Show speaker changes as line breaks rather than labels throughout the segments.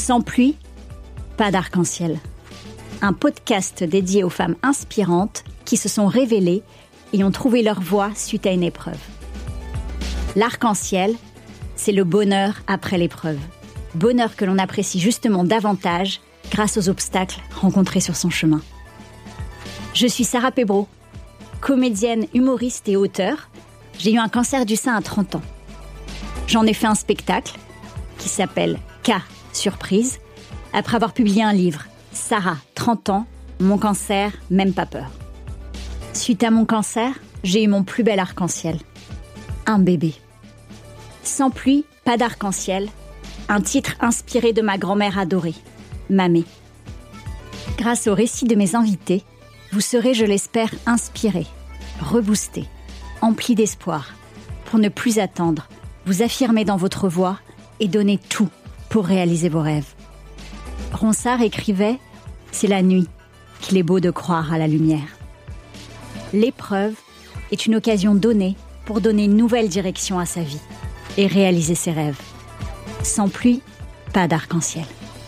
Sans pluie, pas d'arc-en-ciel. Un podcast dédié aux femmes inspirantes qui se sont révélées et ont trouvé leur voie suite à une épreuve. L'arc-en-ciel, c'est le bonheur après l'épreuve. Bonheur que l'on apprécie justement davantage grâce aux obstacles rencontrés sur son chemin. Je suis Sarah Pebro, comédienne, humoriste et auteure. J'ai eu un cancer du sein à 30 ans. J'en ai fait un spectacle qui s'appelle K Surprise, après avoir publié un livre, Sarah, 30 ans, mon cancer, même pas peur. Suite à mon cancer, j'ai eu mon plus bel arc-en-ciel. Un bébé. Sans pluie, pas d'arc-en-ciel. Un titre inspiré de ma grand-mère adorée, Mamé. Grâce au récit de mes invités, vous serez, je l'espère, inspirés, reboostés, emplis d'espoir, pour ne plus attendre, vous affirmer dans votre voie et donner tout pour réaliser vos rêves. Ronsard écrivait « C'est la nuit qu'il est beau de croire à la lumière ». L'épreuve est une occasion donnée pour donner une nouvelle direction à sa vie et réaliser ses rêves. Sans pluie, pas d'arc-en-ciel.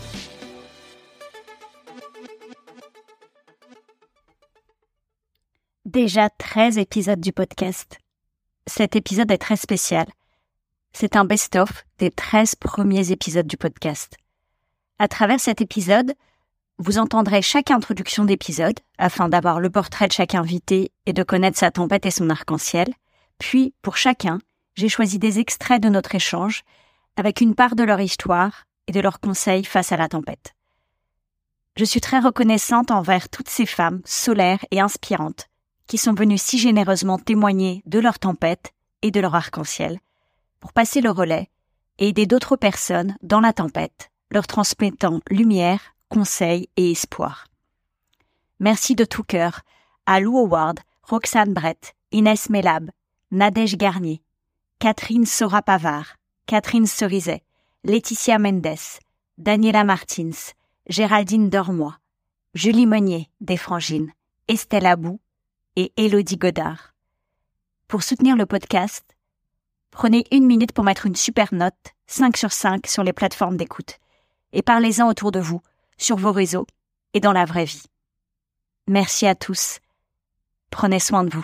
Déjà 13 épisodes du podcast. Cet épisode est très spécial. C'est un best-of des 13 premiers épisodes du podcast. À travers cet épisode, vous entendrez chaque introduction d'épisode afin d'avoir le portrait de chaque invité et de connaître sa tempête et son arc-en-ciel. Puis, pour chacun, j'ai choisi des extraits de notre échange avec une part de leur histoire et de leurs conseils face à la tempête. Je suis très reconnaissante envers toutes ces femmes solaires et inspirantes qui sont venues si généreusement témoigner de leur tempête et de leur arc-en-ciel pour passer le relais et aider d'autres personnes dans la tempête, leur transmettant lumière, conseils et espoir. Merci de tout cœur à Lou Howard, Roxane Brett, Inès Mellab, Nadège Garnier, Catherine Sora-Pavard, Catherine Cerizet, Laetitia Mendes, Daniela Martins, Géraldine Dormoy, Julie Meunier des Frangines, Estelle Abou et Élodie Godard. Pour soutenir le podcast, prenez 1 minute pour mettre une super note, 5 sur 5 sur les plateformes d'écoute, et parlez-en autour de vous, sur vos réseaux et dans la vraie vie. Merci à tous. Prenez soin de vous.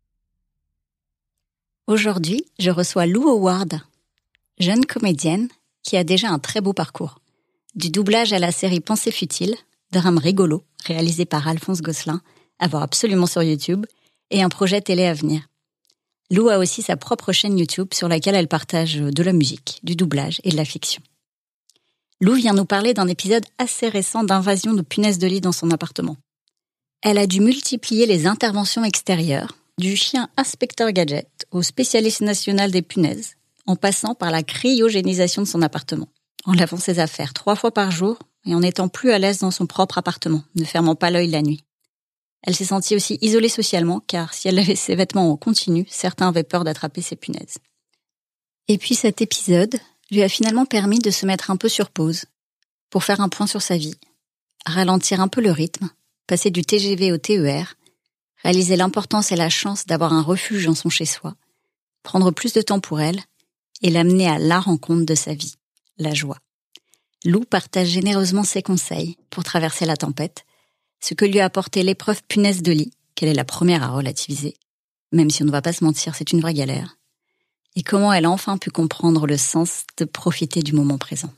Aujourd'hui, je reçois Lou Howard, jeune comédienne qui a déjà un très beau parcours. Du doublage à la série Pensée futile, drame rigolo, réalisé par Alphonse Gosselin, à voir absolument sur YouTube, et un projet télé à venir. Lou a aussi sa propre chaîne YouTube sur laquelle elle partage de la musique, du doublage et de la fiction. Lou vient nous parler d'un épisode assez récent d'invasion de punaises de lit dans son appartement. Elle a dû multiplier les interventions extérieures, du chien inspecteur gadget au spécialiste national des punaises, en passant par la cryogénisation de son appartement, en lavant ses affaires 3 fois par jour et en étant plus à l'aise dans son propre appartement, ne fermant pas l'œil la nuit. Elle s'est sentie aussi isolée socialement, car si elle lavait ses vêtements en continu, certains avaient peur d'attraper ces punaises. Et puis cet épisode lui a finalement permis de se mettre un peu sur pause, pour faire un point sur sa vie, ralentir un peu le rythme, passer du TGV au TER, réaliser l'importance et la chance d'avoir un refuge dans son chez-soi, prendre plus de temps pour elle et l'amener à la rencontre de sa vie, la joie. Lou partage généreusement ses conseils pour traverser la tempête, ce que lui a apporté l'épreuve punaise de lit, qu'elle est la première à relativiser, même si on ne va pas se mentir, c'est une vraie galère, et comment elle a enfin pu comprendre le sens de profiter du moment présent.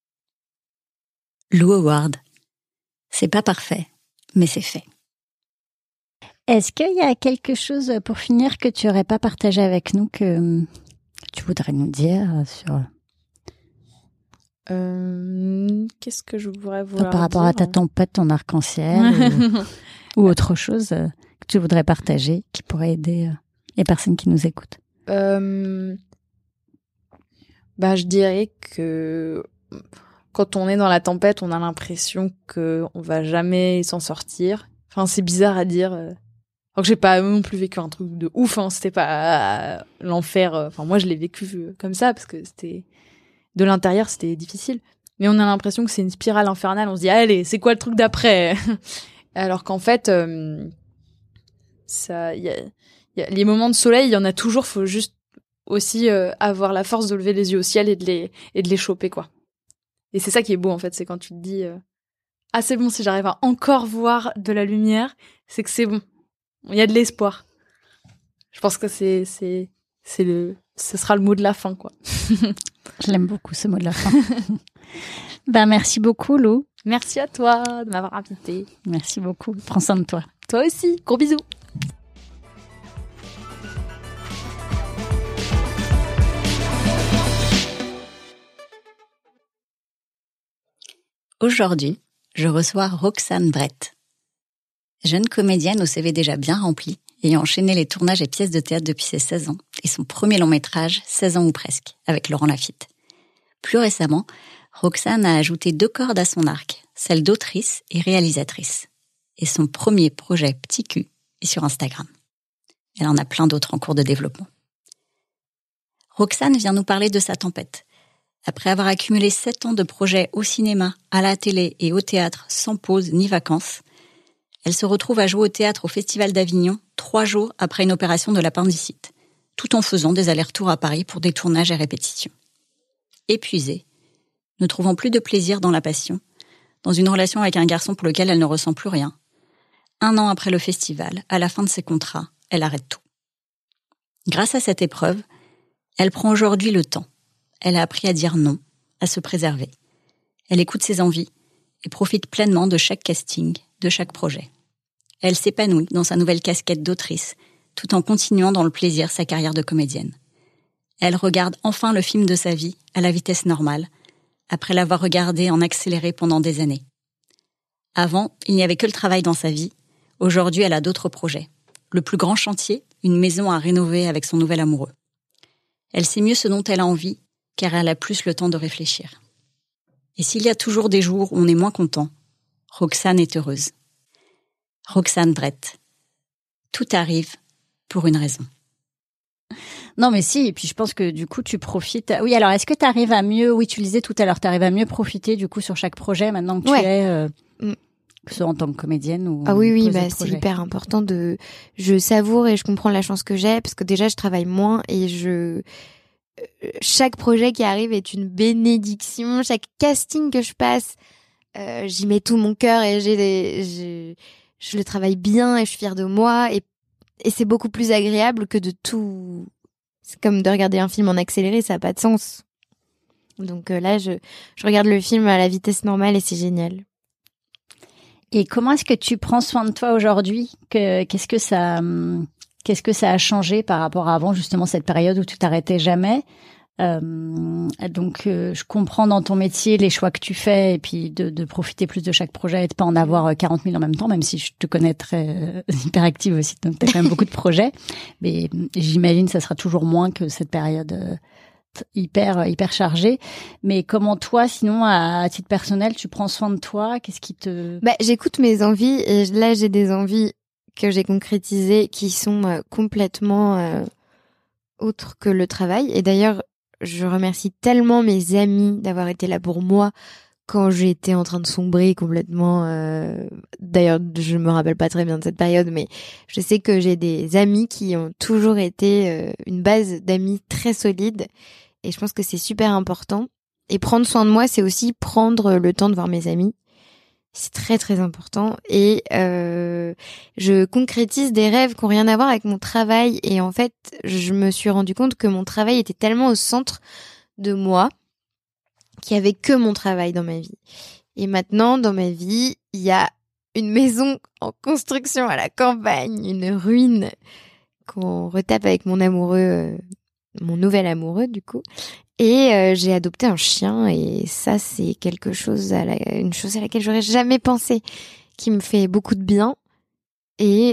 Lou Howard, c'est pas parfait, mais c'est fait. Est-ce qu'il y a quelque chose, pour finir, que tu n'aurais pas partagé avec nous, que tu voudrais nous dire sur...
Qu'est-ce que je voudrais vous dire
par rapport à ta tempête, ton arc-en-ciel ou autre chose que tu voudrais partager qui pourrait aider les personnes qui nous écoutent?
Je dirais que quand on est dans la tempête, on a l'impression qu'on va jamais s'en sortir. Enfin, c'est bizarre à dire. Alors que j'ai pas non plus vécu un truc de ouf, hein. C'était pas l'enfer. Enfin, moi, je l'ai vécu comme ça parce que c'était... De l'intérieur, c'était difficile. Mais on a l'impression que c'est une spirale infernale. On se dit, allez, c'est quoi le truc d'après? Alors qu'en fait, les moments de soleil, il y en a toujours. Faut juste aussi avoir la force de lever les yeux au ciel et de les choper, quoi. Et c'est ça qui est beau, en fait, c'est quand tu te dis ah, c'est bon, si j'arrive à encore voir de la lumière, c'est que c'est bon. Il y a de l'espoir. Je pense que ce sera le mot de la fin, quoi.
Je l'aime beaucoup, ce mot de la fin. Merci beaucoup, Lou.
Merci à toi de m'avoir invitée.
Merci beaucoup. Prends soin de toi.
Toi aussi. Gros bisous.
Aujourd'hui, je reçois Roxane Brett. Jeune comédienne au CV déjà bien rempli, ayant enchaîné les tournages et pièces de théâtre depuis ses 16 ans, et son premier long métrage, 16 ans ou presque, avec Laurent Lafitte. Plus récemment, Roxane a ajouté 2 cordes à son arc, celle d'autrice et réalisatrice. Et son premier projet Petit Cul est sur Instagram. Elle en a plein d'autres en cours de développement. Roxane vient nous parler de sa tempête. Après avoir accumulé 7 ans de projets au cinéma, à la télé et au théâtre sans pause ni vacances, elle se retrouve à jouer au théâtre au Festival d'Avignon 3 jours après une opération de l'appendicite, tout en faisant des allers-retours à Paris pour des tournages et répétitions. Épuisée, ne trouvant plus de plaisir dans la passion, dans une relation avec un garçon pour lequel elle ne ressent plus rien, 1 an après le festival, à la fin de ses contrats, elle arrête tout. Grâce à cette épreuve, elle prend aujourd'hui le temps. Elle a appris à dire non, à se préserver. Elle écoute ses envies et profite pleinement de chaque casting, de chaque projet. Elle s'épanouit dans sa nouvelle casquette d'autrice, tout en continuant dans le plaisir sa carrière de comédienne. Elle regarde enfin le film de sa vie à la vitesse normale, après l'avoir regardé en accéléré pendant des années. Avant, il n'y avait que le travail dans sa vie. Aujourd'hui, elle a d'autres projets. Le plus grand chantier, une maison à rénover avec son nouvel amoureux. Elle sait mieux ce dont elle a envie, car elle a plus le temps de réfléchir. Et s'il y a toujours des jours où on est moins content, Roxane est heureuse. Roxane Brett. Tout arrive pour une raison. Non, mais si, et puis je pense que du coup, tu profites. Oui, alors, est-ce que tu arrives à mieux, oui, tu le disais tout à l'heure, tu arrives à mieux profiter du coup sur chaque projet maintenant que tu es, que ce soit en tant que comédienne ou...
Ah oui, c'est hyper important je savoure et je comprends la chance que j'ai, parce que déjà, je travaille moins et chaque projet qui arrive est une bénédiction. Chaque casting que je passe, j'y mets tout mon cœur et je le travaille bien et je suis fière de moi et c'est beaucoup plus agréable que de tout. C'est comme de regarder un film en accéléré, ça n'a pas de sens. Donc là, je regarde le film à la vitesse normale et c'est génial.
Et comment est-ce que tu prends soin de toi aujourd'hui ? Qu'est-ce que ça a changé par rapport à avant, justement, cette période où tu t'arrêtais jamais ? Donc, je comprends dans ton métier les choix que tu fais et puis de profiter plus de chaque projet et de pas en avoir 40 000 en même temps, même si je te connais très hyperactive aussi, donc tu as quand même beaucoup de projets. Mais j'imagine que ça sera toujours moins que cette période hyper chargée. Mais comment toi, sinon, à titre personnel, tu prends soin de toi ? Qu'est-ce qui te...
J'écoute mes envies et là, j'ai des envies que j'ai concrétisées qui sont complètement autres que le travail. Et d'ailleurs, je remercie tellement mes amis d'avoir été là pour moi quand j'étais en train de sombrer complètement. D'ailleurs, je me rappelle pas très bien de cette période, mais je sais que j'ai des amis qui ont toujours été une base d'amis très solide. Et je pense que c'est super important. Et prendre soin de moi, c'est aussi prendre le temps de voir mes amis. C'est très très important. Et je concrétise des rêves qui n'ont rien à voir avec mon travail. Et en fait, je me suis rendu compte que mon travail était tellement au centre de moi qu'il n'y avait que mon travail dans ma vie. Et maintenant, dans ma vie, il y a une maison en construction à la campagne, une ruine qu'on retape avec mon amoureux, mon nouvel amoureux du coup. Et j'ai adopté un chien et ça c'est quelque chose une chose à laquelle j'aurais jamais pensé, qui me fait beaucoup de bien et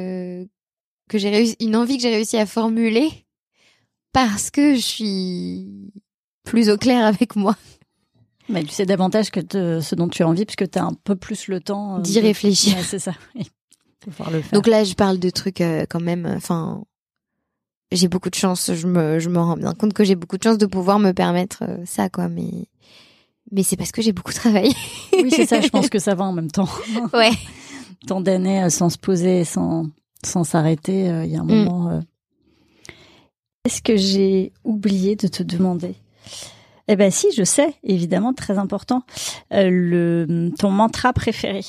que j'ai réussi, une envie que j'ai réussi à formuler parce que je suis plus au clair avec moi.
Mais tu sais davantage que ce dont tu as envie, puisque tu as un peu plus le temps
d'y réfléchir.
Ouais, c'est ça. Pouvoir le faire.
Donc là, je parle de trucs quand même. Enfin, j'ai beaucoup de chance. Je me rends bien compte que j'ai beaucoup de chance de pouvoir me permettre ça, quoi. Mais c'est parce que j'ai beaucoup travaillé.
Oui, c'est ça. Je pense que ça va en même temps.
Ouais.
Tant d'années sans se poser, sans s'arrêter. Il y a un moment. Est-ce que j'ai oublié de te demander? Eh ben si, je sais, évidemment, très important. Ton mantra préféré.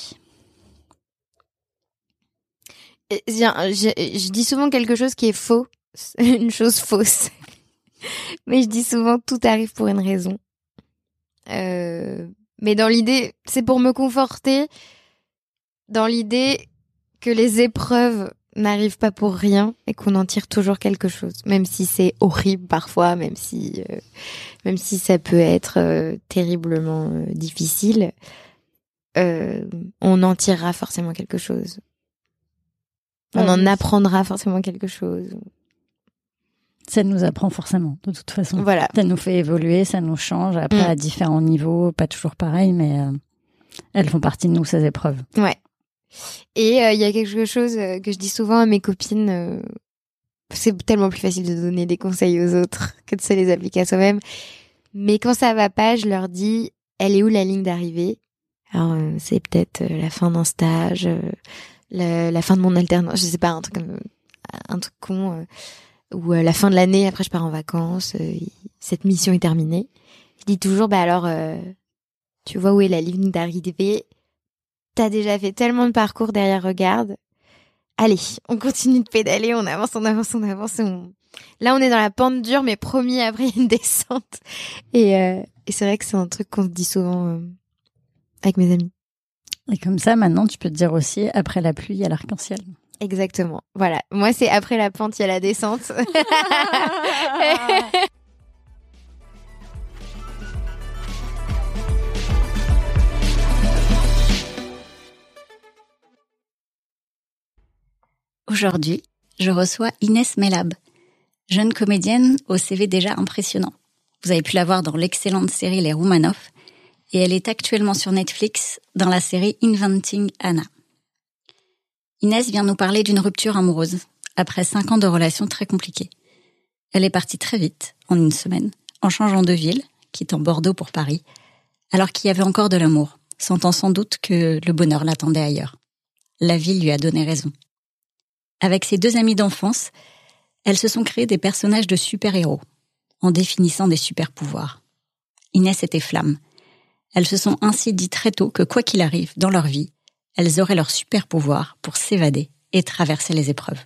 Je dis souvent quelque chose qui est faux, une chose fausse. Mais je dis souvent tout arrive pour une raison. Mais dans l'idée, c'est pour me conforter dans l'idée que les épreuves n'arrivent pas pour rien et qu'on en tire toujours quelque chose, même si c'est horrible parfois, même si ça peut être terriblement difficile, on en tirera forcément quelque chose. On en apprendra forcément quelque chose.
Ça nous apprend forcément, de toute façon.
Voilà.
Ça nous fait évoluer, ça nous change, après à différents niveaux, pas toujours pareil, mais elles font partie de nous, ces épreuves.
Ouais. Et il y a quelque chose que je dis souvent à mes copines, c'est tellement plus facile de donner des conseils aux autres que de se les appliquer à soi-même. Mais quand ça va pas, je leur dis, elle est où la ligne d'arrivée? Alors c'est peut-être la fin d'un stage, la fin de mon alternance, je sais pas, un truc con, ou la fin de l'année, après je pars en vacances, cette mission est terminée. Je dis toujours, bah alors, tu vois où est la ligne d'arrivée? T'as déjà fait tellement de parcours derrière, regarde. Allez, on continue de pédaler, on avance. Là, on est dans la pente dure, mais promis, après, il y a une descente. Et c'est vrai que c'est un truc qu'on se dit souvent avec mes amis.
Et comme ça, maintenant, tu peux te dire aussi, après la pluie, il y a l'arc-en-ciel.
Exactement. Voilà. Moi, c'est après la pente, il y a la descente.
Aujourd'hui, je reçois Inès Mellab, jeune comédienne au CV déjà impressionnant. Vous avez pu la voir dans l'excellente série Les Roumanoff et elle est actuellement sur Netflix dans la série Inventing Anna. Inès vient nous parler d'une rupture amoureuse après 5 ans de relations très compliquées. Elle est partie très vite, en une semaine, en changeant de ville, quittant Bordeaux pour Paris, alors qu'il y avait encore de l'amour, sentant sans doute que le bonheur l'attendait ailleurs. La vie lui a donné raison. Avec ses 2 amis d'enfance, elles se sont créées des personnages de super-héros, en définissant des super-pouvoirs. Inès était flamme. Elles se sont ainsi dit très tôt que quoi qu'il arrive dans leur vie, elles auraient leur super-pouvoir pour s'évader et traverser les épreuves.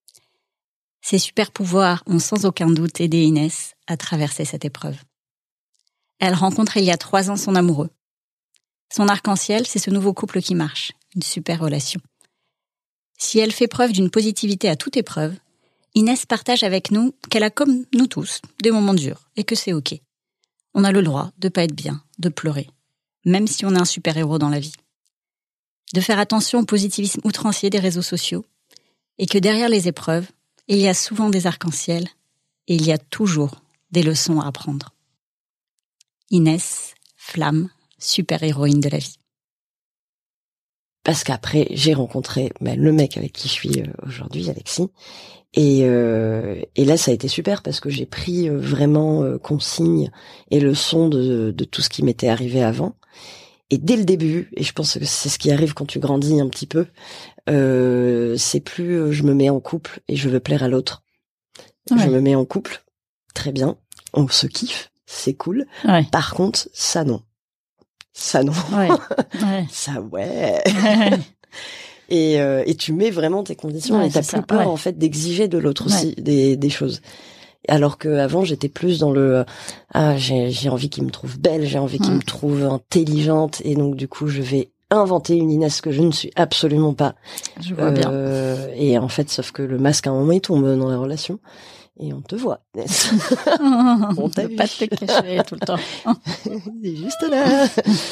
Ces super-pouvoirs ont sans aucun doute aidé Inès à traverser cette épreuve. Elle rencontre il y a 3 ans son amoureux. Son arc-en-ciel, c'est ce nouveau couple qui marche, une super relation. Si elle fait preuve d'une positivité à toute épreuve, Inès partage avec nous qu'elle a, comme nous tous, des moments durs et que c'est ok. On a le droit de pas être bien, de pleurer, même si on est un super-héros dans la vie. De faire attention au positivisme outrancier des réseaux sociaux et que derrière les épreuves, il y a souvent des arcs-en-ciel et il y a toujours des leçons à apprendre. Inès, flamme, super-héroïne de la vie.
Parce qu'après, j'ai rencontré le mec avec qui je suis aujourd'hui, Alexis. Et là, ça a été super parce que j'ai pris vraiment consigne et leçon de tout ce qui m'était arrivé avant. Et dès le début, et je pense que c'est ce qui arrive quand tu grandis un petit peu, c'est plus je me mets en couple et je veux plaire à l'autre. Ouais. Je me mets en couple, très bien, on se kiffe, c'est cool. Ouais. Par contre, ça non. Ça non. Ouais. Ouais. Ça ouais. Et tu mets vraiment tes conditions et t'as plus peur en fait d'exiger de l'autre aussi des choses. Alors que avant j'étais plus dans le j'ai envie qu'il me trouve belle, j'ai envie qu'il me trouve intelligente et donc du coup je vais inventer une Inès que je ne suis absolument pas.
Je vois bien.
Et en fait sauf que le masque à un moment il tombe dans la relation. Et on te voit, Inès.
On t'a pas te cacher tout le temps.
Il est juste là.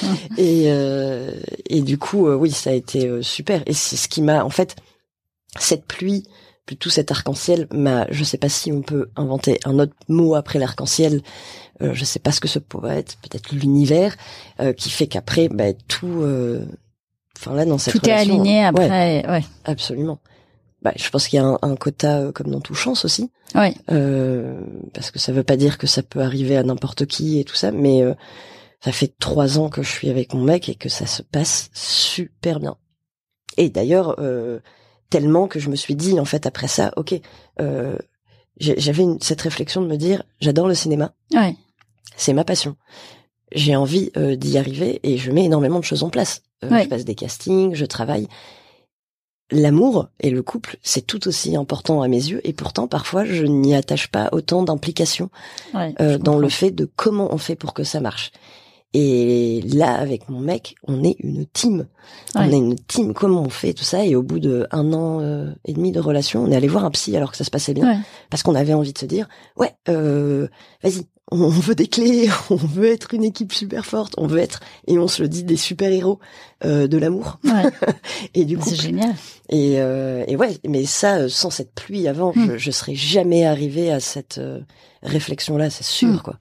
Et du coup, oui, ça a été super. Et c'est ce qui m'a, en fait, cette pluie, plutôt cet arc-en-ciel, je sais pas si on peut inventer un autre mot après l'arc-en-ciel. Je sais pas ce que ça pourrait être, peut-être l'univers, qui fait qu'après, tout, là, dans cette
tout
relation.
Tout est aligné après, ouais.
Absolument. Je pense qu'il y a un quota comme dans tout chance aussi.
Ouais.
Parce que ça veut pas dire que ça peut arriver à n'importe qui et tout ça, mais ça fait 3 ans que je suis avec mon mec et que ça se passe super bien. Et d'ailleurs, tellement que je me suis dit en fait après ça, ok, j'avais cette réflexion de me dire, j'adore le cinéma.
Ouais.
C'est ma passion. J'ai envie d'y arriver et je mets énormément de choses en place. Je passe des castings, je travaille. L'amour et le couple, c'est tout aussi important à mes yeux et pourtant parfois je n'y attache pas autant d'implication dans le fait de comment on fait pour que ça marche. Et là, avec mon mec, on est une team. On est une team, comment on fait tout ça. Et au bout de 1 an et demi de relation, on est allé voir un psy alors que ça se passait bien. Parce qu'on avait envie de se dire, vas-y, on veut des clés, on veut être une équipe super forte, on veut être, et on se le dit, des super-héros de l'amour. Et du coup,
c'est génial.
Et ouais, mais ça, sans cette pluie avant, je serais jamais arrivée à cette réflexion-là, c'est sûr, quoi.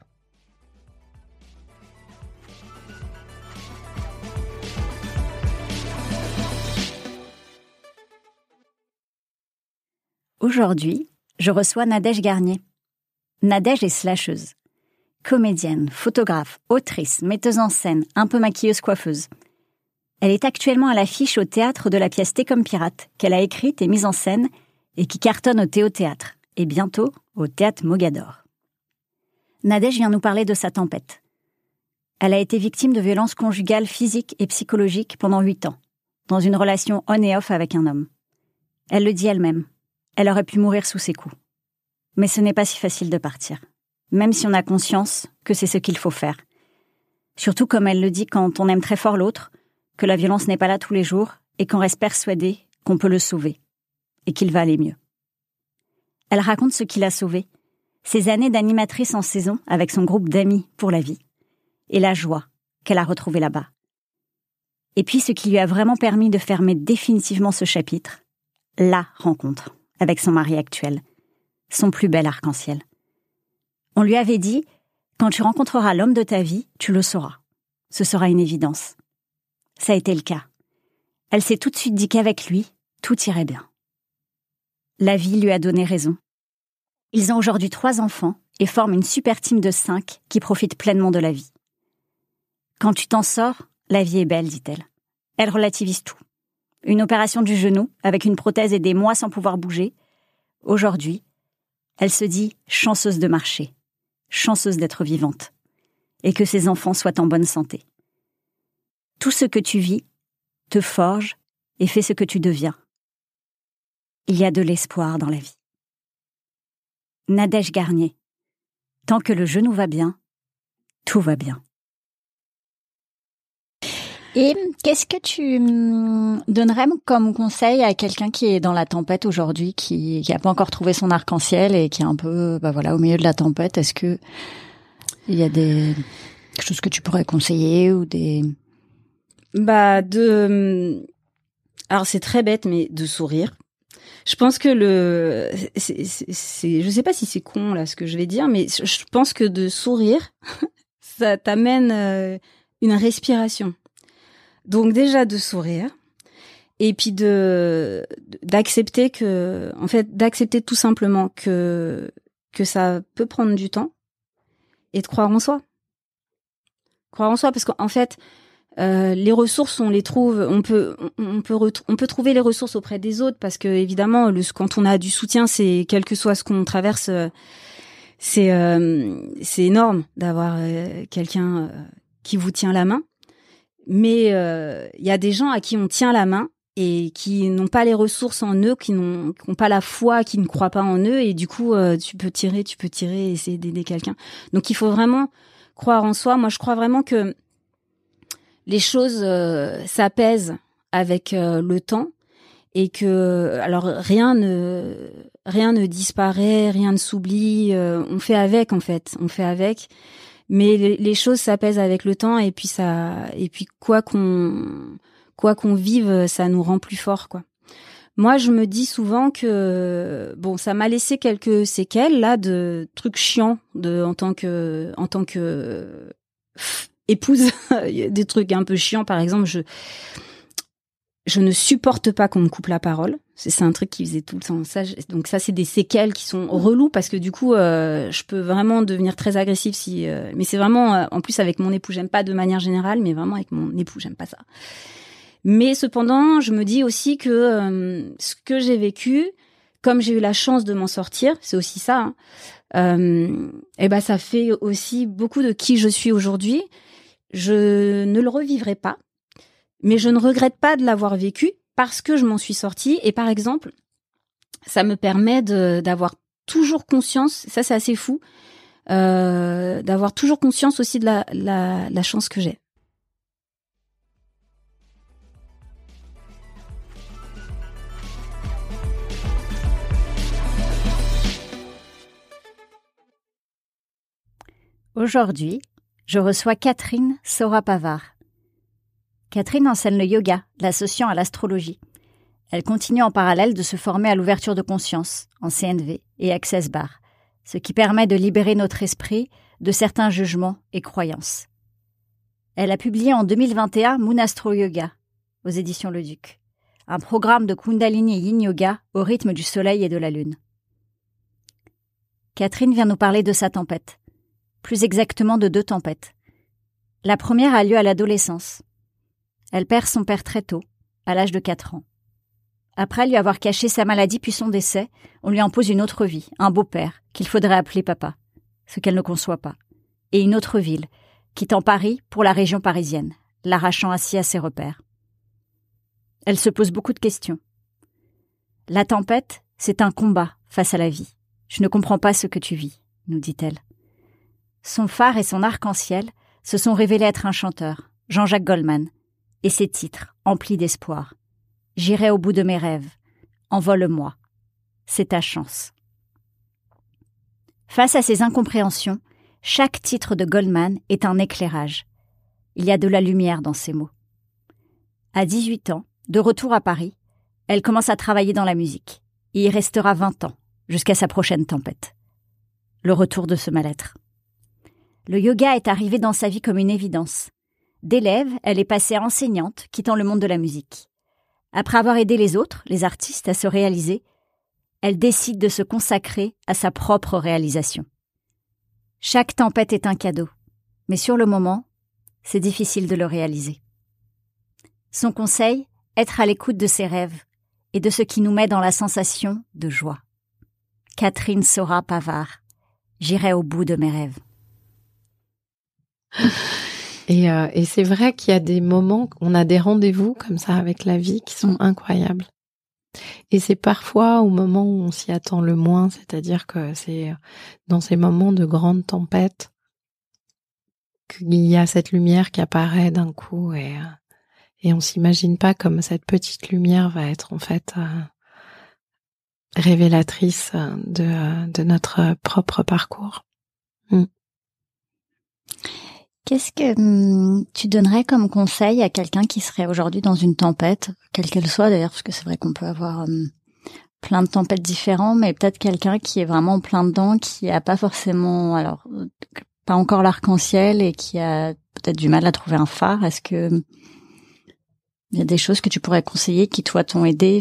Aujourd'hui, je reçois Nadège Garnier. Nadège est slasheuse. Comédienne, photographe, autrice, metteuse en scène, un peu maquilleuse-coiffeuse. Elle est actuellement à l'affiche au théâtre de la pièce T'es comme pirate, qu'elle a écrite et mise en scène et qui cartonne au Théâtre, et bientôt au Théâtre Mogador. Nadège vient nous parler de sa tempête. Elle a été victime de violences conjugales physiques et psychologiques pendant 8 ans, dans une relation on et off avec un homme. Elle le dit elle-même. Elle aurait pu mourir sous ses coups. Mais ce n'est pas si facile de partir, même si on a conscience que c'est ce qu'il faut faire. Surtout comme elle le dit quand on aime très fort l'autre, que la violence n'est pas là tous les jours et qu'on reste persuadé qu'on peut le sauver et qu'il va aller mieux. Elle raconte ce qui l'a sauvée, ses années d'animatrice en saison avec son groupe d'amis pour la vie et la joie qu'elle a retrouvée là-bas. Et puis ce qui lui a vraiment permis de fermer définitivement ce chapitre, la rencontre avec son mari actuel, son plus bel arc-en-ciel. On lui avait dit, quand tu rencontreras l'homme de ta vie, tu le sauras. Ce sera une évidence. Ça a été le cas. Elle s'est tout de suite dit qu'avec lui, tout irait bien. La vie lui a donné raison. Ils ont aujourd'hui 3 enfants et forment une super team de 5 qui profitent pleinement de la vie. Quand tu t'en sors, la vie est belle, dit-elle. Elle relativise tout. Une opération du genou, avec une prothèse et des mois sans pouvoir bouger. Aujourd'hui, elle se dit chanceuse de marcher, chanceuse d'être vivante, et que ses enfants soient en bonne santé. Tout ce que tu vis te forge et fait ce que tu deviens. Il y a de l'espoir dans la vie. Nadège Garnier. Tant que le genou va bien, tout va bien. Et qu'est-ce que tu donnerais comme conseil à quelqu'un qui est dans la tempête aujourd'hui, qui a pas encore trouvé son arc-en-ciel et qui est un peu, au milieu de la tempête? Est-ce que il y a des choses que tu pourrais conseiller ou des...
Alors c'est très bête, mais de sourire. Je pense que je sais pas si c'est con là ce que je vais dire, mais je pense que de sourire, ça t'amène une respiration. Donc déjà de sourire et puis d'accepter d'accepter tout simplement que ça peut prendre du temps et de croire en soi. Croire en soi parce qu'en fait les ressources on les trouve, on peut trouver les ressources auprès des autres parce que évidemment quand on a du soutien, c'est quel que soit ce qu'on traverse, c'est énorme d'avoir quelqu'un qui vous tient la main. Mais y a des gens à qui on tient la main et qui n'ont pas les ressources en eux, qui n'ont pas la foi, qui ne croient pas en eux, et du coup tu peux tirer et essayer d'aider quelqu'un. Donc il faut vraiment croire en soi. Moi je crois vraiment que les choses s'apaisent avec le temps et que alors rien ne disparaît, rien ne s'oublie, on fait avec en fait, mais les choses s'apaisent avec le temps et puis quoi qu'on vive, ça nous rend plus forts quoi. Moi, je me dis souvent que ça m'a laissé quelques séquelles là de trucs chiants en tant que épouse, des trucs un peu chiants par exemple, je ne supporte pas qu'on me coupe la parole. C'est un truc qui faisait tout le temps. Donc ça, c'est des séquelles qui sont reloues parce que du coup, je peux vraiment devenir très agressive mais c'est vraiment, en plus avec mon époux, j'aime pas de manière générale, mais vraiment avec mon époux, j'aime pas ça. Mais cependant, je me dis aussi que ce que j'ai vécu, comme j'ai eu la chance de m'en sortir, c'est aussi ça, ça fait aussi beaucoup de qui je suis aujourd'hui. Je ne le revivrai pas, mais je ne regrette pas de l'avoir vécu parce que je m'en suis sortie. Et par exemple, ça me permet d'avoir toujours conscience, ça c'est assez fou, d'avoir toujours conscience aussi de la chance que j'ai.
Aujourd'hui, je reçois Catherine Sora-Pavard. Catherine enseigne le yoga, l'associant à l'astrologie. Elle continue en parallèle de se former à l'ouverture de conscience, en CNV et Access Bar, ce qui permet de libérer notre esprit de certains jugements et croyances. Elle a publié en 2021 Moon Astro Yoga, aux éditions Le Duc, un programme de Kundalini et Yin Yoga au rythme du soleil et de la lune. Catherine vient nous parler de sa tempête. Plus exactement de 2 tempêtes. La première a lieu à l'adolescence. Elle perd son père très tôt, à l'âge de 4 ans. Après lui avoir caché sa maladie puis son décès, on lui impose une autre vie, un beau-père, qu'il faudrait appeler papa, ce qu'elle ne conçoit pas, et une autre ville, quittant Paris pour la région parisienne, l'arrachant ainsi à ses repères. Elle se pose beaucoup de questions. La tempête, c'est un combat face à la vie. Je ne comprends pas ce que tu vis, nous dit-elle. Son phare et son arc-en-ciel se sont révélés être un chanteur, Jean-Jacques Goldman, et ses titres, emplis d'espoir. J'irai au bout de mes rêves. Envole-moi. C'est ta chance. Face à ces incompréhensions, chaque titre de Goldman est un éclairage. Il y a de la lumière dans ces mots. À 18 ans, de retour à Paris, elle commence à travailler dans la musique et y restera 20 ans, jusqu'à sa prochaine tempête. Le retour de ce mal-être. Le yoga est arrivé dans sa vie comme une évidence. D'élève, elle est passée enseignante, quittant le monde de la musique. Après avoir aidé les autres, les artistes, à se réaliser, elle décide de se consacrer à sa propre réalisation. Chaque tempête est un cadeau, mais sur le moment, c'est difficile de le réaliser. Son conseil, être à l'écoute de ses rêves et de ce qui nous met dans la sensation de joie. Catherine Sora-Pavard, j'irai au bout de mes rêves.
Et c'est vrai qu'il y a des moments, on a des rendez-vous comme ça avec la vie qui sont incroyables. Et c'est parfois au moment où on s'y attend le moins, c'est-à-dire que c'est dans ces moments de grande tempête qu'il y a cette lumière qui apparaît d'un coup et on s'imagine pas comme cette petite lumière va être en fait révélatrice de notre propre parcours.
Qu'est-ce que tu donnerais comme conseil à quelqu'un qui serait aujourd'hui dans une tempête, quelle qu'elle soit d'ailleurs, parce que c'est vrai qu'on peut avoir plein de tempêtes différentes, mais peut-être quelqu'un qui est vraiment en plein dedans, qui a pas forcément, pas encore l'arc-en-ciel et qui a peut-être du mal à trouver un phare. Est-ce que il y a des choses que tu pourrais conseiller qui toi t'ont aidé?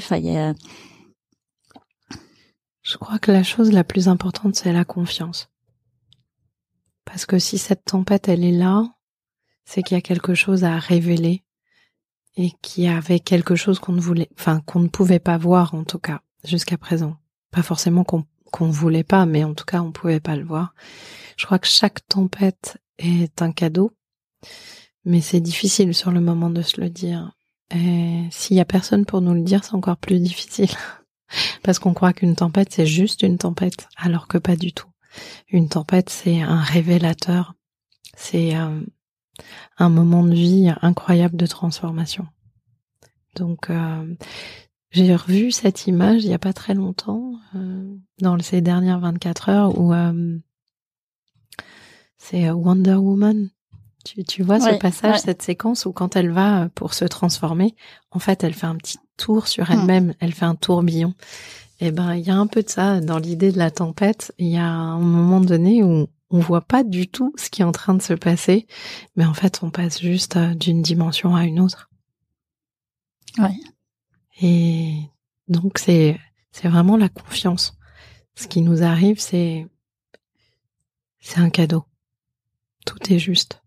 Je crois que la chose la plus importante, c'est la confiance. Parce que si cette tempête, elle est là, c'est qu'il y a quelque chose à révéler et qu'il y avait quelque chose qu'on ne pouvait pas voir en tout cas jusqu'à présent. Pas forcément qu'on voulait pas, mais en tout cas on pouvait pas le voir. Je crois que chaque tempête est un cadeau, mais c'est difficile sur le moment de se le dire. Et s'il y a personne pour nous le dire, c'est encore plus difficile. Parce qu'on croit qu'une tempête, c'est juste une tempête, alors que pas du tout. Une tempête, c'est un révélateur, c'est un moment de vie incroyable de transformation. Donc, j'ai revu cette image il y a pas très longtemps, dans ces dernières 24 heures, où c'est Wonder Woman. Tu vois ce passage, cette séquence où quand elle va pour se transformer, en fait, elle fait un petit tour sur elle-même, elle fait un tourbillon. Eh ben, il y a un peu de ça dans l'idée de la tempête. Il y a un moment donné où on voit pas du tout ce qui est en train de se passer, mais en fait, on passe juste d'une dimension à une autre.
Ouais.
Et donc, c'est vraiment la confiance. Ce qui nous arrive, c'est un cadeau. Tout est juste.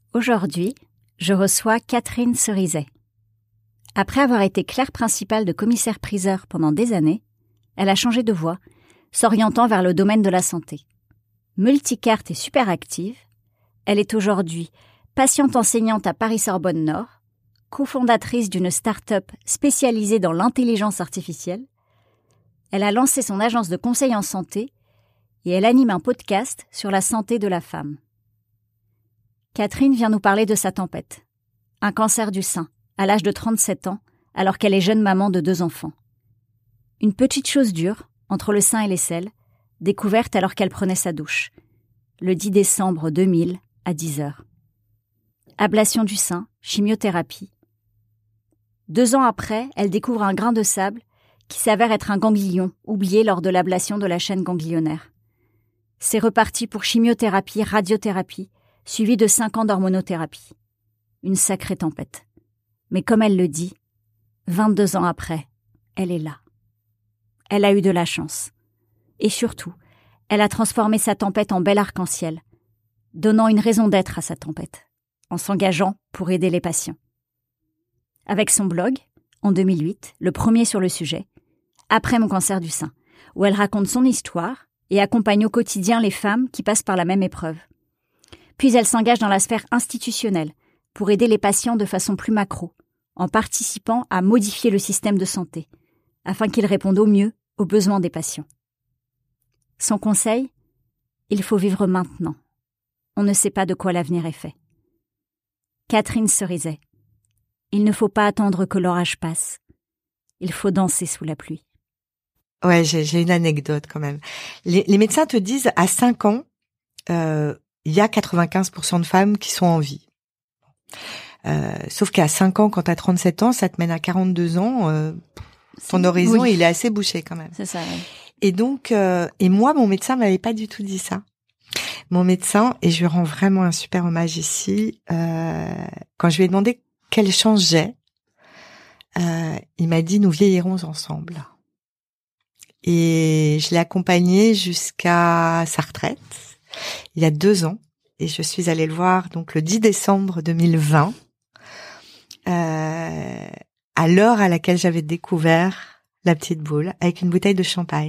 Aujourd'hui, je reçois Catherine Cerizet. Après avoir été clerc principal de commissaire-priseur pendant des années, elle a changé de voie, s'orientant vers le domaine de la santé. Multicarte et super active, elle est aujourd'hui patiente enseignante à Paris-Sorbonne Nord, cofondatrice d'une start-up spécialisée dans l'intelligence artificielle. Elle a lancé son agence de conseil en santé et elle anime un podcast sur la santé de la femme. Catherine vient nous parler de sa tempête, un cancer du sein, à l'âge de 37 ans, alors qu'elle est jeune maman de 2 enfants. Une petite chose dure, entre le sein et l'aisselle, découverte alors qu'elle prenait sa douche, le 10 décembre 2000 à 10h. Ablation du sein, chimiothérapie. 2 ans après, elle découvre un grain de sable qui s'avère être un ganglion oublié lors de l'ablation de la chaîne ganglionnaire. C'est reparti pour chimiothérapie, radiothérapie, suivi de 5 ans d'hormonothérapie. Une sacrée tempête. Mais comme elle le dit, 22 ans après, elle est là. Elle a eu de la chance. Et surtout, elle a transformé sa tempête en bel arc-en-ciel, donnant une raison d'être à sa tempête, en s'engageant pour aider les patients. Avec son blog, en 2008, le premier sur le sujet, Après mon cancer du sein, où elle raconte son histoire et accompagne au quotidien les femmes qui passent par la même épreuve. Puis elle s'engage dans la sphère institutionnelle pour aider les patients de façon plus macro, en participant à modifier le système de santé, afin qu'il réponde au mieux aux besoins des patients. Son conseil ? Il faut vivre maintenant. On ne sait pas de quoi l'avenir est fait. Catherine Cerizet. Il ne faut pas attendre que l'orage passe. Il faut danser sous la pluie.
Ouais, j'ai une anecdote quand même. Les médecins te disent à 5 ans, il y a 95% de femmes qui sont en vie. Sauf qu'à 5 ans, quand t'as 37 ans, ça te mène à 42 ans. Ton horizon, il est assez bouché quand même.
C'est ça, oui.
Et donc, et moi, mon médecin m'avait pas du tout dit ça. Mon médecin, et je lui rends vraiment un super hommage ici, quand je lui ai demandé quelle chance j'ai, il m'a dit « Nous vieillirons ensemble ». Et je l'ai accompagné jusqu'à sa retraite, il y a 2 ans, et je suis allée le voir donc le 10 décembre 2020, à l'heure à laquelle j'avais découvert la petite boule, avec une bouteille de champagne.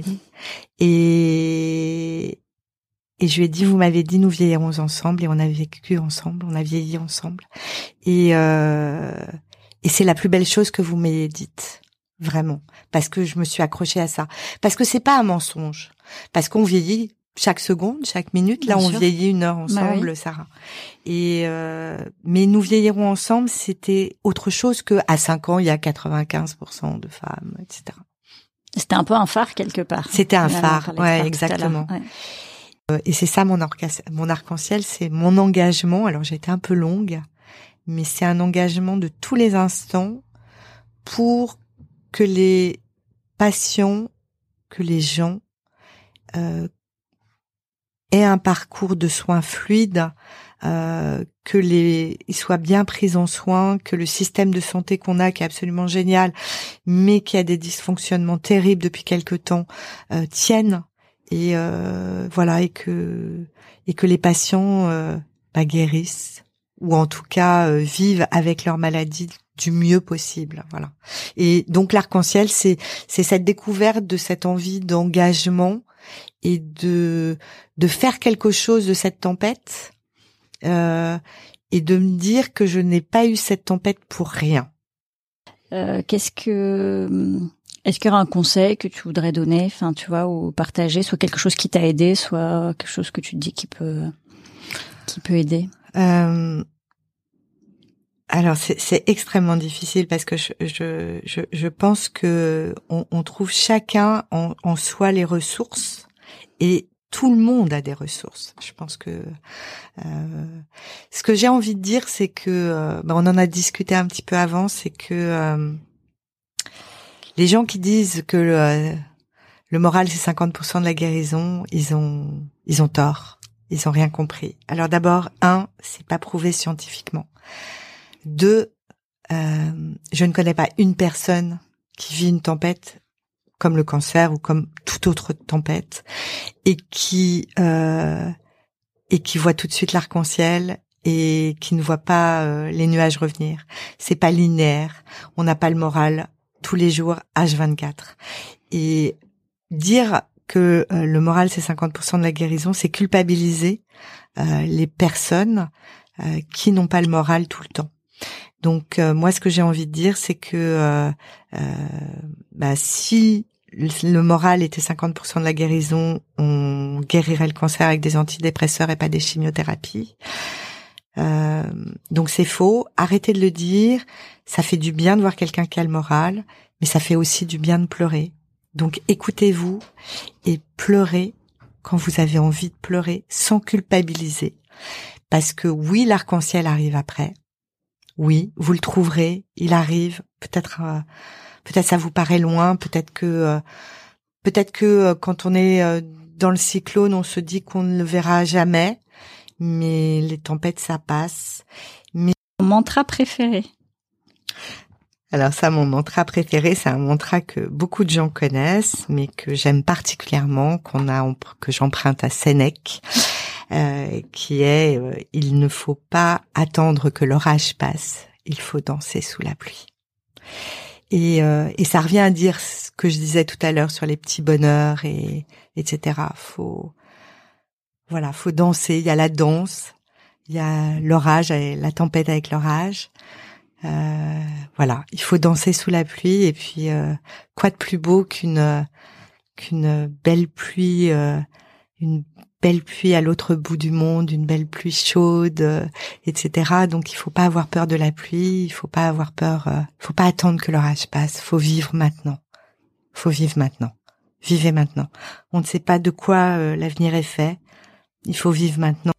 Et je lui ai dit, vous m'avez dit, nous vieillirons ensemble, et on a vécu ensemble, on a vieilli ensemble. Et c'est la plus belle chose que vous m'ayez dite. Vraiment. Parce que je me suis accrochée à ça. Parce que c'est pas un mensonge. Parce qu'on vieillit chaque seconde, chaque minute. Là, on vieillit 1 heure ensemble, bah oui. Sarah. Et, mais nous vieillirons ensemble, c'était autre chose que à 5 ans, il y a 95% de femmes, etc.
C'était un peu un phare quelque part.
C'était un phare. Ouais, exactement. Ouais. Et c'est ça mon arc-en-ciel, c'est mon engagement. Alors, j'ai été un peu longue, mais c'est un engagement de tous les instants pour que les patients, que les gens aient un parcours de soins fluide, ils soient bien pris en soin, que le système de santé qu'on a, qui est absolument génial, mais qui a des dysfonctionnements terribles depuis quelque temps, tienne. Et voilà, et que les patients guérissent, ou en tout cas vivent avec leur maladie du mieux possible, voilà. Et donc l'arc-en-ciel, c'est cette découverte de cette envie d'engagement et de faire quelque chose de cette tempête, et de me dire que je n'ai pas eu cette tempête pour rien.
Est-ce qu'il y aura un conseil que tu voudrais donner, enfin tu vois, ou partager, soit quelque chose qui t'a aidé, soit quelque chose que tu te dis qui peut aider?
Alors c'est extrêmement difficile parce que je pense que on trouve chacun en soi les ressources, et tout le monde a des ressources. Je pense que ce que j'ai envie de dire, c'est que on en a discuté un petit peu avant, c'est que les gens qui disent que le moral c'est 50% de la guérison, ils ont tort. Ils ont rien compris. Alors d'abord, 1, c'est pas prouvé scientifiquement. 2, je ne connais pas une personne qui vit une tempête comme le cancer ou comme toute autre tempête et qui voit tout de suite l'arc-en-ciel et qui ne voit pas les nuages revenir. C'est pas linéaire. On n'a pas le moral tous les jours, H24. Et dire que le moral c'est 50% de la guérison, c'est culpabiliser les personnes qui n'ont pas le moral tout le temps. Donc moi ce que j'ai envie de dire c'est que si le moral était 50% de la guérison, on guérirait le cancer avec des antidépresseurs et pas des chimiothérapies. Donc c'est faux. Arrêtez de le dire. Ça fait du bien de voir quelqu'un qui a le moral, mais ça fait aussi du bien de pleurer. Donc écoutez-vous et pleurez quand vous avez envie de pleurer sans culpabiliser. Parce que oui, l'arc-en-ciel arrive après. Oui, vous le trouverez, il arrive. Peut-être ça vous paraît loin, peut-être que quand on est dans le cyclone, on se dit qu'on ne le verra jamais, mais les tempêtes ça passe. Mais
Mon mantra préféré.
alors ça, mon mantra préféré, c'est un mantra que beaucoup de gens connaissent, mais que j'aime particulièrement, que j'emprunte à Sénèque, qui est il ne faut pas attendre que l'orage passe, il faut danser sous la pluie. Et ça revient à dire ce que je disais tout à l'heure sur les petits bonheurs et etc. Faut danser. Il y a la danse, il y a l'orage, la tempête avec l'orage. Il faut danser sous la pluie. Et puis quoi de plus beau qu'une belle pluie, une belle pluie à l'autre bout du monde, une belle pluie chaude, etc. Donc il faut pas avoir peur de la pluie, il faut pas avoir peur, faut pas attendre que l'orage passe, faut vivre maintenant. Faut vivre maintenant. Vivez maintenant. On ne sait pas de quoi l'avenir est fait. Il faut vivre maintenant.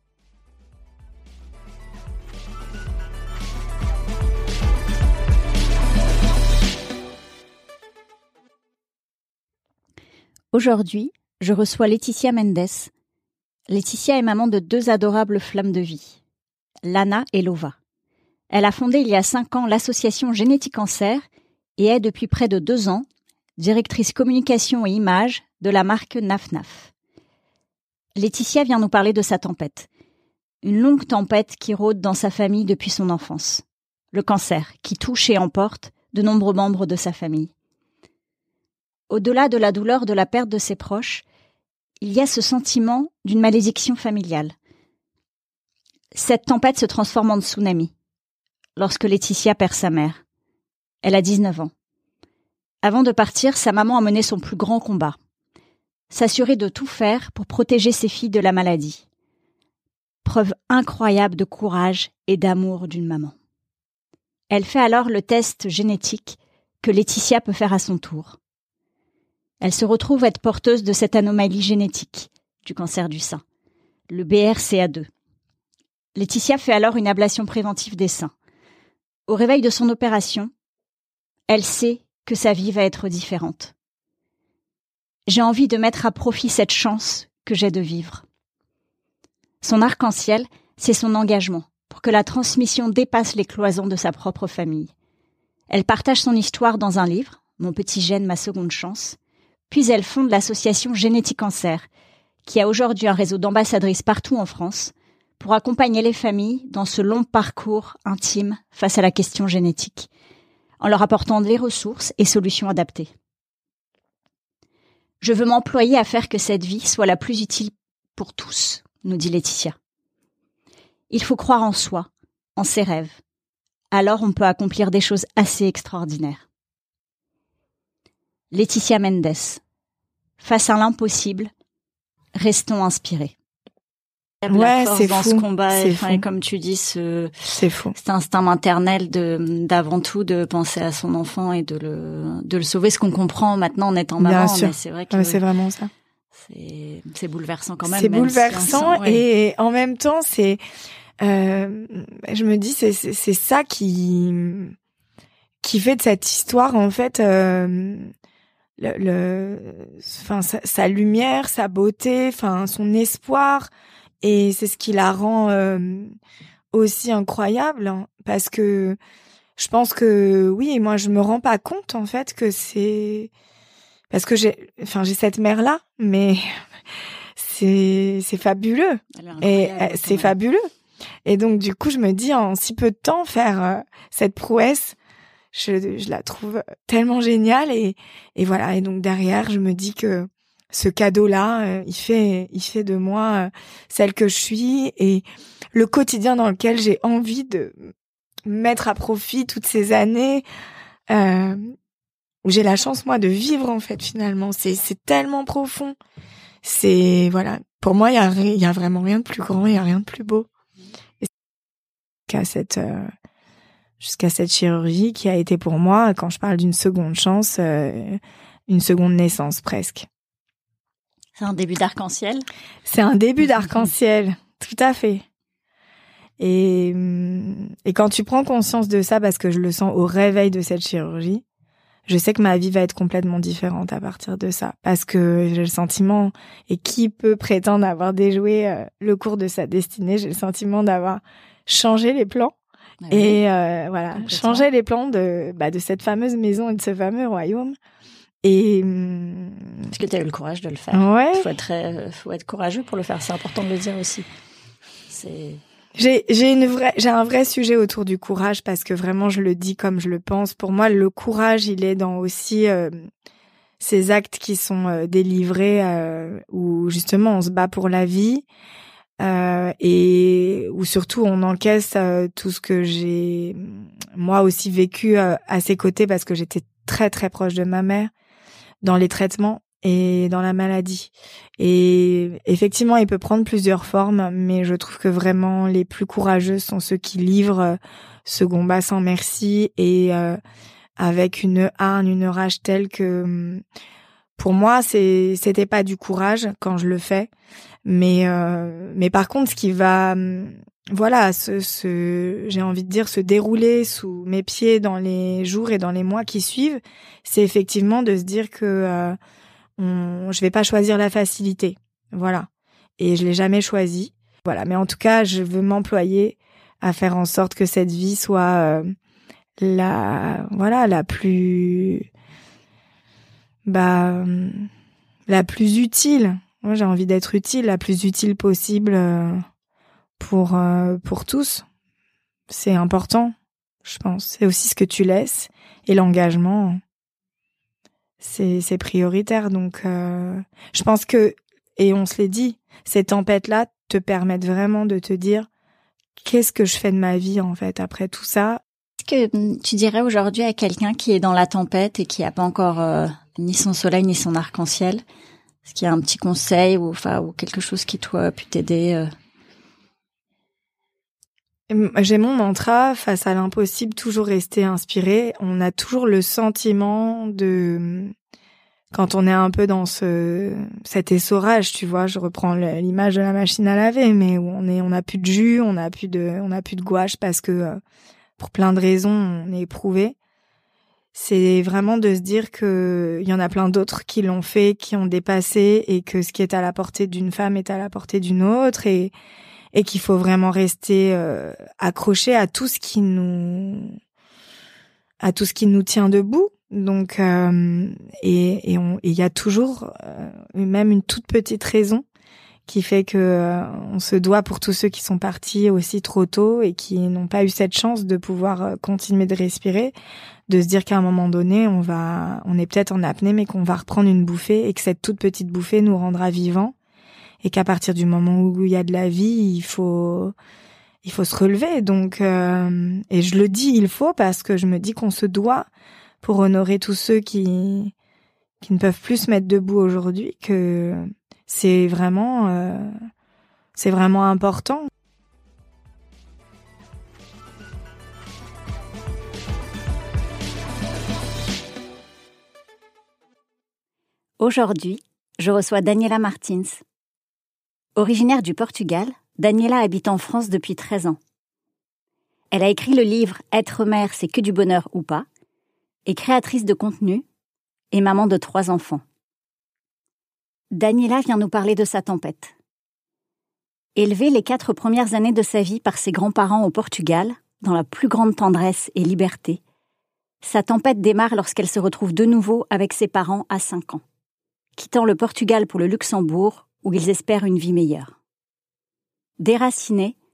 Aujourd'hui, je reçois Laetitia Mendes. Laetitia est maman de 2 adorables flammes de vie, Lana et Lova. Elle a fondé il y a 5 ans l'association Génétique Cancer et est depuis près de 2 ans directrice communication et images de la marque Naf. Laetitia vient nous parler de sa tempête. Une longue tempête qui rôde dans sa famille depuis son enfance. Le cancer qui touche et emporte de nombreux membres de sa famille. Au-delà de la douleur de la perte de ses proches, il y a ce sentiment d'une malédiction familiale. Cette tempête se transforme en tsunami lorsque Laetitia perd sa mère. Elle a 19 ans. Avant de partir, sa maman a mené son plus grand combat. S'assurer de tout faire pour protéger ses filles de la maladie. Preuve incroyable de courage et d'amour d'une maman. Elle fait alors le test génétique que Laetitia peut faire à son tour. Elle se retrouve être porteuse de cette anomalie génétique du cancer du sein, le BRCA2. Laetitia fait alors une ablation préventive des seins. Au réveil de son opération, elle sait que sa vie va être différente. J'ai envie de mettre à profit cette chance que j'ai de vivre. Son arc-en-ciel, c'est son engagement pour que la transmission dépasse les cloisons de sa propre famille. Elle partage son histoire dans un livre, Mon petit gène, ma seconde chance, puis elle fonde l'association Génétique Cancer, qui a aujourd'hui un réseau d'ambassadrices partout en France pour accompagner les familles dans ce long parcours intime face à la question génétique, en leur apportant les ressources et solutions adaptées. Je veux m'employer à faire que cette vie soit la plus utile pour tous, nous dit Laetitia. Il faut croire en soi, en ses rêves. Alors on peut accomplir des choses assez extraordinaires. Laetitia Mendes. Face à l'impossible, restons inspirés.
Ouais, c'est
dans
fou.
ce combat,
C'est
enfin,
fou.
comme tu dis,
C'est fou.
cet instinct maternel d'avant tout de penser à son enfant et de le sauver. Ce qu'on comprend maintenant en étant maman,
Bien sûr.
mais c'est vrai que
Ouais, c'est vraiment ça.
c'est bouleversant quand même.
C'est
même
bouleversant
si on sent, ouais.
et en même temps, je me dis, c'est ça qui fait de cette histoire, en fait, sa lumière, sa beauté, enfin, son espoir. Et c'est ce qui la rend aussi incroyable, hein, parce que je pense que oui, moi je me rends pas compte en fait que c'est parce que j'ai cette mère là, mais c'est fabuleux
Elle est incroyable,
et c'est
quand même.
fabuleux.
Et donc, du coup, je me dis, en si peu de temps, faire cette prouesse, je la trouve tellement géniale. Et voilà. Et donc, derrière, je me dis que ce cadeau-là, il fait de moi celle que je suis. Et le quotidien dans lequel j'ai envie de mettre à profit toutes ces années, où j'ai la chance, moi, de vivre, en fait, finalement. C'est tellement profond. C'est, voilà. Pour moi, il y a vraiment rien de plus grand, il y a rien de plus beau. Et jusqu'à cette chirurgie qui a été pour moi, quand je parle d'une seconde chance, une seconde naissance presque.
C'est un début d'arc-en-ciel.
C'est un début d'arc-en-ciel, tout à fait. Et quand tu prends conscience de ça, parce que je le sens au réveil de cette chirurgie, je sais que ma vie va être complètement différente à partir de ça, parce que j'ai le sentiment, et qui peut prétendre avoir déjoué le cours de sa destinée, j'ai le sentiment d'avoir changé les plans. Et voilà, changer les plans de cette fameuse maison et de ce fameux royaume. Et
est-ce que tu as eu le courage de le faire?
Ouais.
Faut être courageux pour le faire. C'est important de le dire aussi.
J'ai un vrai sujet autour du courage, parce que vraiment je le dis comme je le pense. Pour moi, le courage, il est dans aussi ces actes qui sont délivrés où justement on se bat pour la vie. Et où surtout on encaisse tout ce que j'ai moi aussi vécu à ses côtés, parce que j'étais très très proche de ma mère dans les traitements et dans la maladie. Et effectivement, il peut prendre plusieurs formes, mais je trouve que vraiment les plus courageux sont ceux qui livrent ce combat sans merci et avec une hargne, une rage telle que pour moi c'était pas du courage quand je le fais. Mais par contre, ce qui va, voilà, j'ai envie de dire, se dérouler sous mes pieds dans les jours et dans les mois qui suivent, c'est effectivement de se dire que je vais pas choisir la facilité, voilà. Et je l'ai jamais choisi, voilà. Mais en tout cas, je veux m'employer à faire en sorte que cette vie soit la plus utile. Moi, j'ai envie d'être utile, la plus utile possible pour tous. C'est important, je pense. C'est aussi ce que tu laisses. Et l'engagement, c'est prioritaire. Donc, je pense que, et on se l'est dit, ces tempêtes-là te permettent vraiment de te dire qu'est-ce que je fais de ma vie, en fait, après tout ça.
Qu'est-ce que tu dirais aujourd'hui à quelqu'un qui est dans la tempête et qui n'a pas encore ni son soleil ni son arc-en-ciel? Est-ce qu'il y a un petit conseil ou quelque chose qui, toi, a pu t'aider?
J'ai mon mantra, face à l'impossible, toujours rester inspiré. On a toujours le sentiment quand on est un peu dans cet essorage, tu vois, je reprends l'image de la machine à laver, mais où on n'a plus de jus, on n'a plus de gouache parce que, pour plein de raisons, on est éprouvé. C'est vraiment de se dire que il y en a plein d'autres qui l'ont fait, qui ont dépassé, et que ce qui est à la portée d'une femme est à la portée d'une autre, et qu'il faut vraiment rester accroché à tout ce qui nous tient debout. Donc et il y a toujours même une toute petite raison qui fait que on se doit, pour tous ceux qui sont partis aussi trop tôt et qui n'ont pas eu cette chance de pouvoir continuer de respirer, de se dire qu'à un moment donné, on est peut-être en apnée, mais qu'on va reprendre une bouffée, et que cette toute petite bouffée nous rendra vivants, et qu'à partir du moment où il y a de la vie, il faut se relever. Donc et je le dis, il faut, parce que je me dis qu'on se doit, pour honorer tous ceux qui ne peuvent plus se mettre debout aujourd'hui, que c'est vraiment important.
Aujourd'hui, je reçois Daniela Martins. Originaire du Portugal, Daniela habite en France depuis 13 ans. Elle a écrit le livre « Être mère, c'est que du bonheur ou pas ?» est créatrice de contenu et maman de 3 enfants. Daniela vient nous parler de sa tempête. Élevée les 4 premières années de sa vie par ses grands-parents au Portugal, dans la plus grande tendresse et liberté, sa tempête démarre lorsqu'elle se retrouve de nouveau avec ses parents à 5 ans, quittant le Portugal pour le Luxembourg, où ils espèrent une vie meilleure. Déracinée,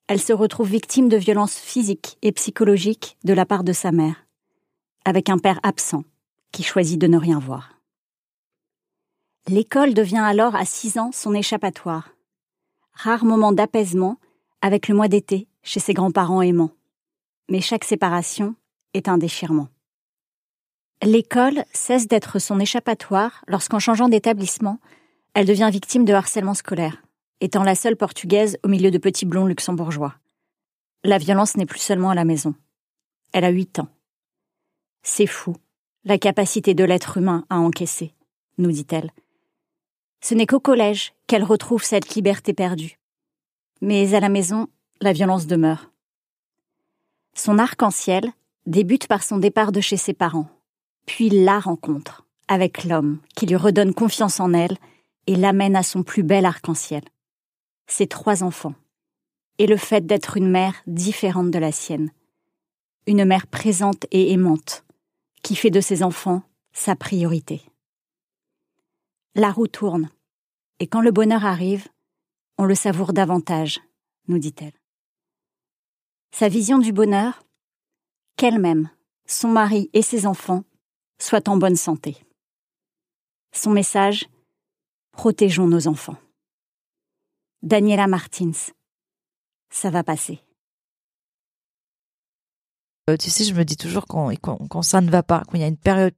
elle se retrouve victime de violences physiques et psychologiques de la part de sa mère, avec un père absent qui choisit de ne rien voir. L'école devient alors à 6 ans son échappatoire. Rare moment d'apaisement avec le mois d'été chez ses grands-parents aimants. Mais chaque séparation est un déchirement. L'école cesse d'être son échappatoire lorsqu'en changeant d'établissement, elle devient victime de harcèlement scolaire, étant la seule portugaise au milieu de petits blonds luxembourgeois. La violence n'est plus seulement à la maison. Elle a 8 ans. C'est fou, la capacité de l'être humain à encaisser, nous dit-elle. Ce n'est qu'au collège qu'elle retrouve cette liberté perdue. Mais à la maison, la violence demeure. Son arc-en-ciel débute par son départ de chez ses parents, puis la rencontre avec l'homme qui lui redonne confiance en elle et l'amène à son plus bel arc-en-ciel. Ses 3 enfants, et le fait d'être une mère différente de la sienne. Une mère présente et aimante, qui fait de ses enfants sa priorité. La roue tourne, et quand le bonheur arrive, on le savoure davantage, nous dit-elle. Sa vision du bonheur, qu'elle-même, son mari et ses enfants soient en bonne santé. Son message, protégeons nos enfants. Daniela Martins, ça va passer.
Tu sais, je me dis toujours quand ça ne va pas, quand il y a une période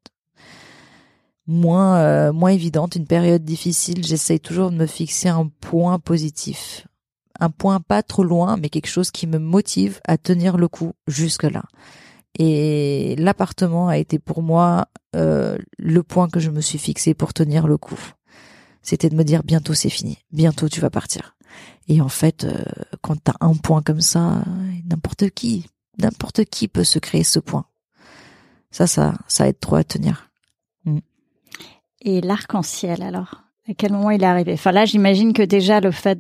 moins évidente, une période difficile, j'essaye toujours de me fixer un point positif. Un point pas trop loin, mais quelque chose qui me motive à tenir le coup jusque-là. Et l'appartement a été pour moi le point que je me suis fixé pour tenir le coup. C'était de me dire bientôt c'est fini, bientôt tu vas partir. Et en fait, quand t'as un point comme ça, n'importe qui peut se créer ce point. Ça aide trop à tenir.
Et l'arc-en-ciel alors, à quel moment il est arrivé? Enfin là, j'imagine que déjà le fait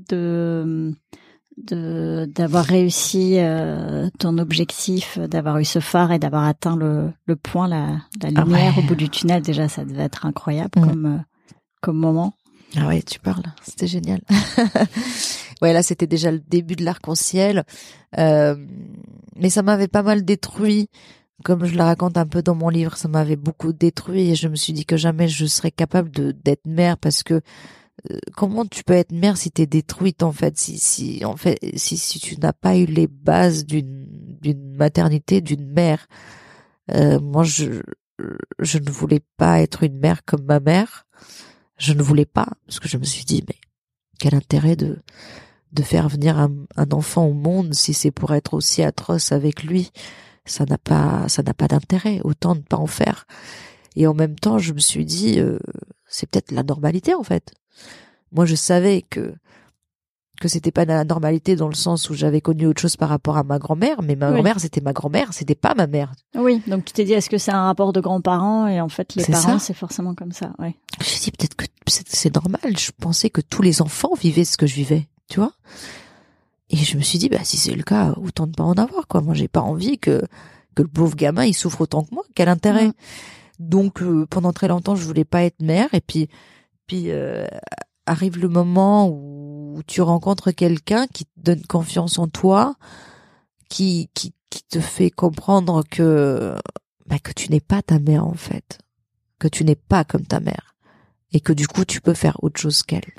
d'avoir réussi ton objectif, d'avoir eu ce phare et d'avoir atteint le point, la lumière au bout du tunnel, déjà ça devait être incroyable comme moment.
Ah ouais, tu parles, c'était génial. Ouais, là c'était déjà le début de l'arc-en-ciel, mais ça m'avait pas mal détruit. Comme je le raconte un peu dans mon livre, ça m'avait beaucoup détruit et je me suis dit que jamais je serais capable d'être mère parce que comment tu peux être mère si t'es détruite en fait, si tu n'as pas eu les bases d'une maternité, d'une mère. Moi je ne voulais pas être une mère comme ma mère. Je ne voulais pas parce que je me suis dit mais quel intérêt de faire venir un enfant au monde si c'est pour être aussi atroce avec lui. Ça n'a pas d'intérêt, autant ne pas en faire. Et en même temps, je me suis dit, c'est peut-être la normalité en fait. Moi, je savais que c'était pas la normalité dans le sens où j'avais connu autre chose par rapport à ma grand-mère, mais ma grand-mère, c'était ma grand-mère, c'était pas ma mère.
Oui, donc tu t'es dit, est-ce que c'est un rapport de grands-parents? Et en fait, les parents, c'est forcément comme ça, ouais.
J'ai dit, peut-être que c'est normal. Je pensais que tous les enfants vivaient ce que je vivais, tu vois. Et je me suis dit, si c'est le cas, autant ne pas en avoir, quoi. Moi, j'ai pas envie que le pauvre gamin, il souffre autant que moi. Quel intérêt? Donc, pendant très longtemps, je voulais pas être mère. Et puis, arrive le moment où tu rencontres quelqu'un qui te donne confiance en toi, qui te fait comprendre que tu n'es pas ta mère, en fait. Que tu n'es pas comme ta mère. Et que du coup, tu peux faire autre chose qu'elle.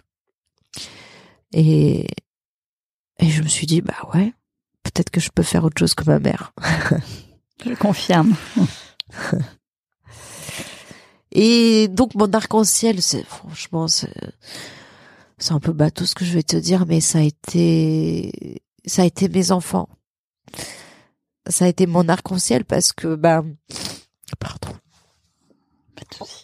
Et je me suis dit, ouais, peut-être que je peux faire autre chose que ma mère.
Je confirme.
Et donc, mon arc-en-ciel, c'est un peu bateau ce que je vais te dire, mais ça a été mes enfants. Ça a été mon arc-en-ciel parce que, pardon. Pas de souci.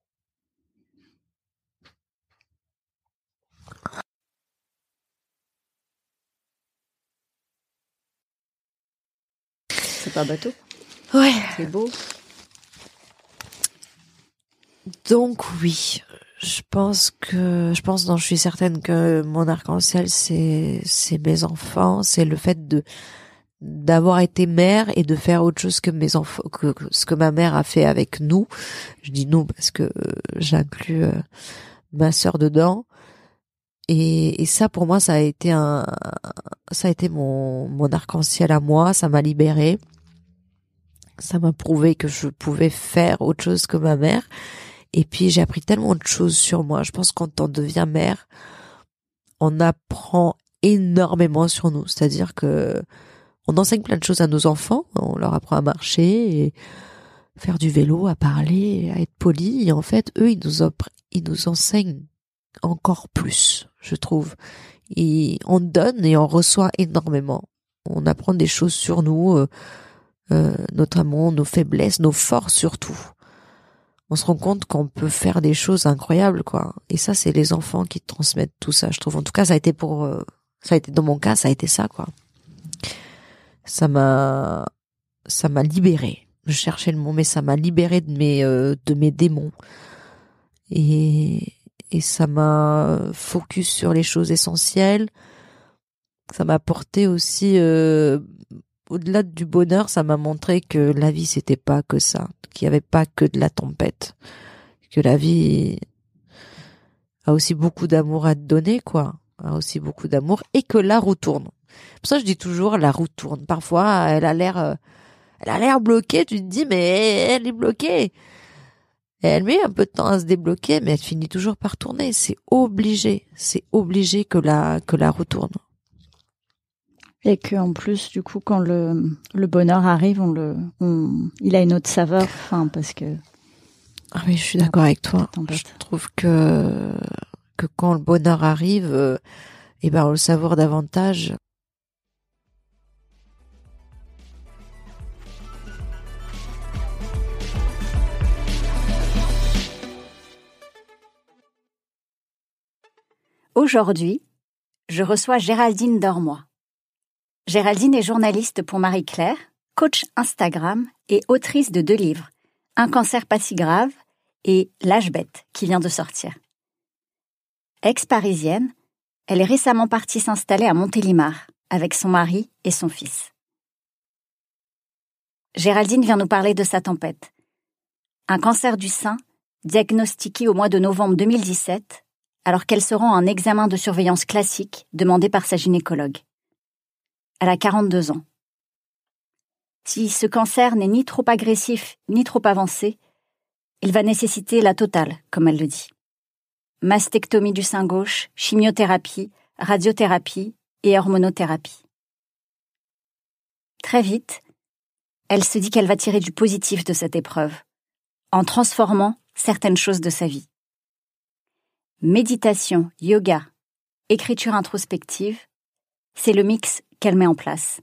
C'est pas bateau.
Ouais.
C'est beau.
Donc oui, je suis certaine que mon arc-en-ciel c'est mes enfants, c'est le fait d'avoir été mère et de faire autre chose que mes enfants, que ce que ma mère a fait avec nous. Je dis nous parce que j'inclus ma sœur dedans. Et ça, pour moi, ça a été mon arc-en-ciel à moi. Ça m'a libérée. Ça m'a prouvé que je pouvais faire autre chose que ma mère. Et puis, j'ai appris tellement de choses sur moi. Je pense que quand on devient mère, on apprend énormément sur nous. C'est-à-dire que on enseigne plein de choses à nos enfants. On leur apprend à marcher, et faire du vélo, à parler, à être poli. Et en fait, eux, ils nous enseignent encore plus, je trouve. Et on donne et on reçoit énormément. On apprend des choses sur nous, notamment nos faiblesses, nos forces surtout. On se rend compte qu'on peut faire des choses incroyables, quoi. Et ça, c'est les enfants qui transmettent tout ça, je trouve. En tout cas, ça a été dans mon cas, ça a été ça, quoi. Ça m'a libérée. Je cherchais le mot, mais ça m'a libérée de mes démons. Et ça m'a focus sur les choses essentielles. Ça m'a apporté aussi, au-delà du bonheur, ça m'a montré que la vie, c'était pas que ça. Qu'il y avait pas que de la tempête. Que la vie a aussi beaucoup d'amour à te donner, quoi. A aussi beaucoup d'amour. Et que la roue tourne. Pour ça, je dis toujours, la roue tourne. Parfois, elle a l'air bloquée. Tu te dis, mais elle est bloquée. Et elle met un peu de temps à se débloquer, mais elle finit toujours par tourner. C'est obligé que la roue tourne.
Et que en plus, du coup, quand le bonheur arrive, il a une autre saveur. Enfin, parce que.
Ah oui, je suis d'accord avec toi. Je trouve que quand le bonheur arrive, on le savoure davantage.
Aujourd'hui, je reçois Géraldine Dormoy. Géraldine est journaliste pour Marie-Claire, coach Instagram et autrice de 2 livres, Un cancer pas si grave et L'âge bête, qui vient de sortir. Ex-parisienne, elle est récemment partie s'installer à Montélimar avec son mari et son fils. Géraldine vient nous parler de sa tempête. Un cancer du sein, diagnostiqué au mois de novembre 2017, alors qu'elle se rend à un examen de surveillance classique demandé par sa gynécologue. Elle a 42 ans. Si ce cancer n'est ni trop agressif ni trop avancé, il va nécessiter la totale, comme elle le dit. Mastectomie du sein gauche, chimiothérapie, radiothérapie et hormonothérapie. Très vite, elle se dit qu'elle va tirer du positif de cette épreuve, en transformant certaines choses de sa vie. Méditation, yoga, écriture introspective, c'est le mix qu'elle met en place.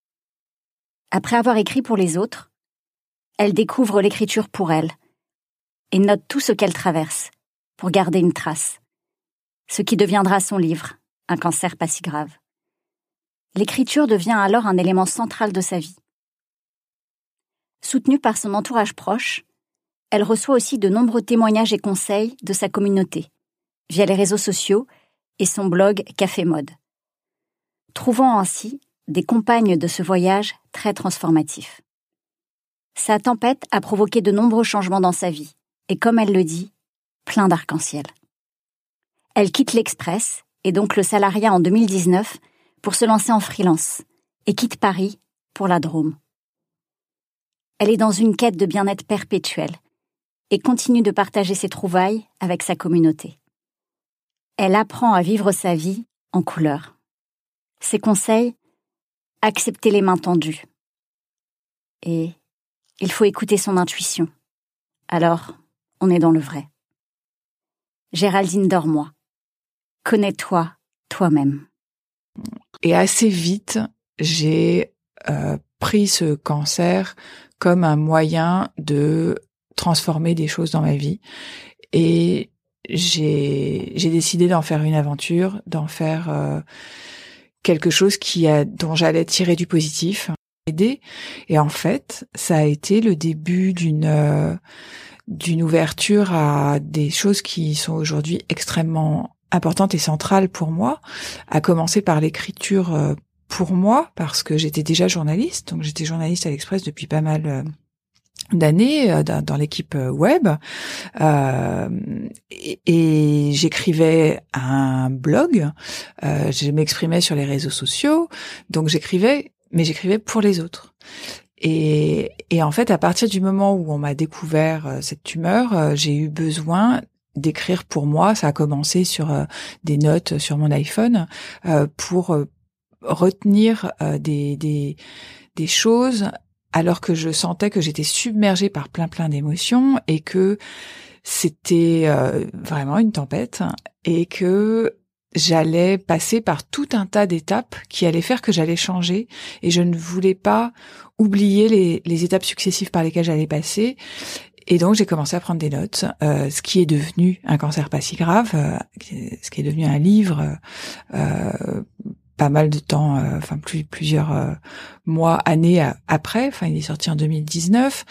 Après avoir écrit pour les autres, elle découvre l'écriture pour elle et note tout ce qu'elle traverse pour garder une trace, ce qui deviendra son livre, Un cancer pas si grave. L'écriture devient alors un élément central de sa vie. Soutenue par son entourage proche, elle reçoit aussi de nombreux témoignages et conseils de sa communauté, via les réseaux sociaux et son blog Café Mode, trouvant ainsi des compagnes de ce voyage très transformatif. Sa tempête a provoqué de nombreux changements dans sa vie, et comme elle le dit, plein d'arc-en-ciel. Elle quitte l'Express, et donc le salariat en 2019, pour se lancer en freelance, et quitte Paris pour la Drôme. Elle est dans une quête de bien-être perpétuel, et continue de partager ses trouvailles avec sa communauté. Elle apprend à vivre sa vie en couleur. Ses conseils, accepter les mains tendues. Et il faut écouter son intuition. Alors, on est dans le vrai. Géraldine Dormoy, connais-toi toi-même.
Et assez vite, j'ai pris ce cancer comme un moyen de transformer des choses dans ma vie. Et j'ai décidé d'en faire une aventure, d'en faire quelque chose dont j'allais tirer du positif, aider. Et en fait, ça a été le début d'une ouverture à des choses qui sont aujourd'hui extrêmement importantes et centrales pour moi, à commencer par l'écriture pour moi, parce que j'étais déjà journaliste, donc j'étais journaliste à l'Express depuis pas mal d'années dans l'équipe web et j'écrivais un blog, je m'exprimais sur les réseaux sociaux, donc j'écrivais pour les autres. Et en fait, à partir du moment où on m'a découvert cette tumeur, j'ai eu besoin d'écrire pour moi. Ça a commencé sur des notes sur mon iPhone pour retenir des choses, alors que je sentais que j'étais submergée par plein d'émotions et que c'était vraiment une tempête et que j'allais passer par tout un tas d'étapes qui allaient faire que j'allais changer, et je ne voulais pas oublier les étapes successives par lesquelles j'allais passer. Et donc j'ai commencé à prendre des notes, ce qui est devenu Un cancer pas si grave, ce qui est devenu un livre pas mal de temps, plusieurs mois, années après. Enfin, il est sorti en 2019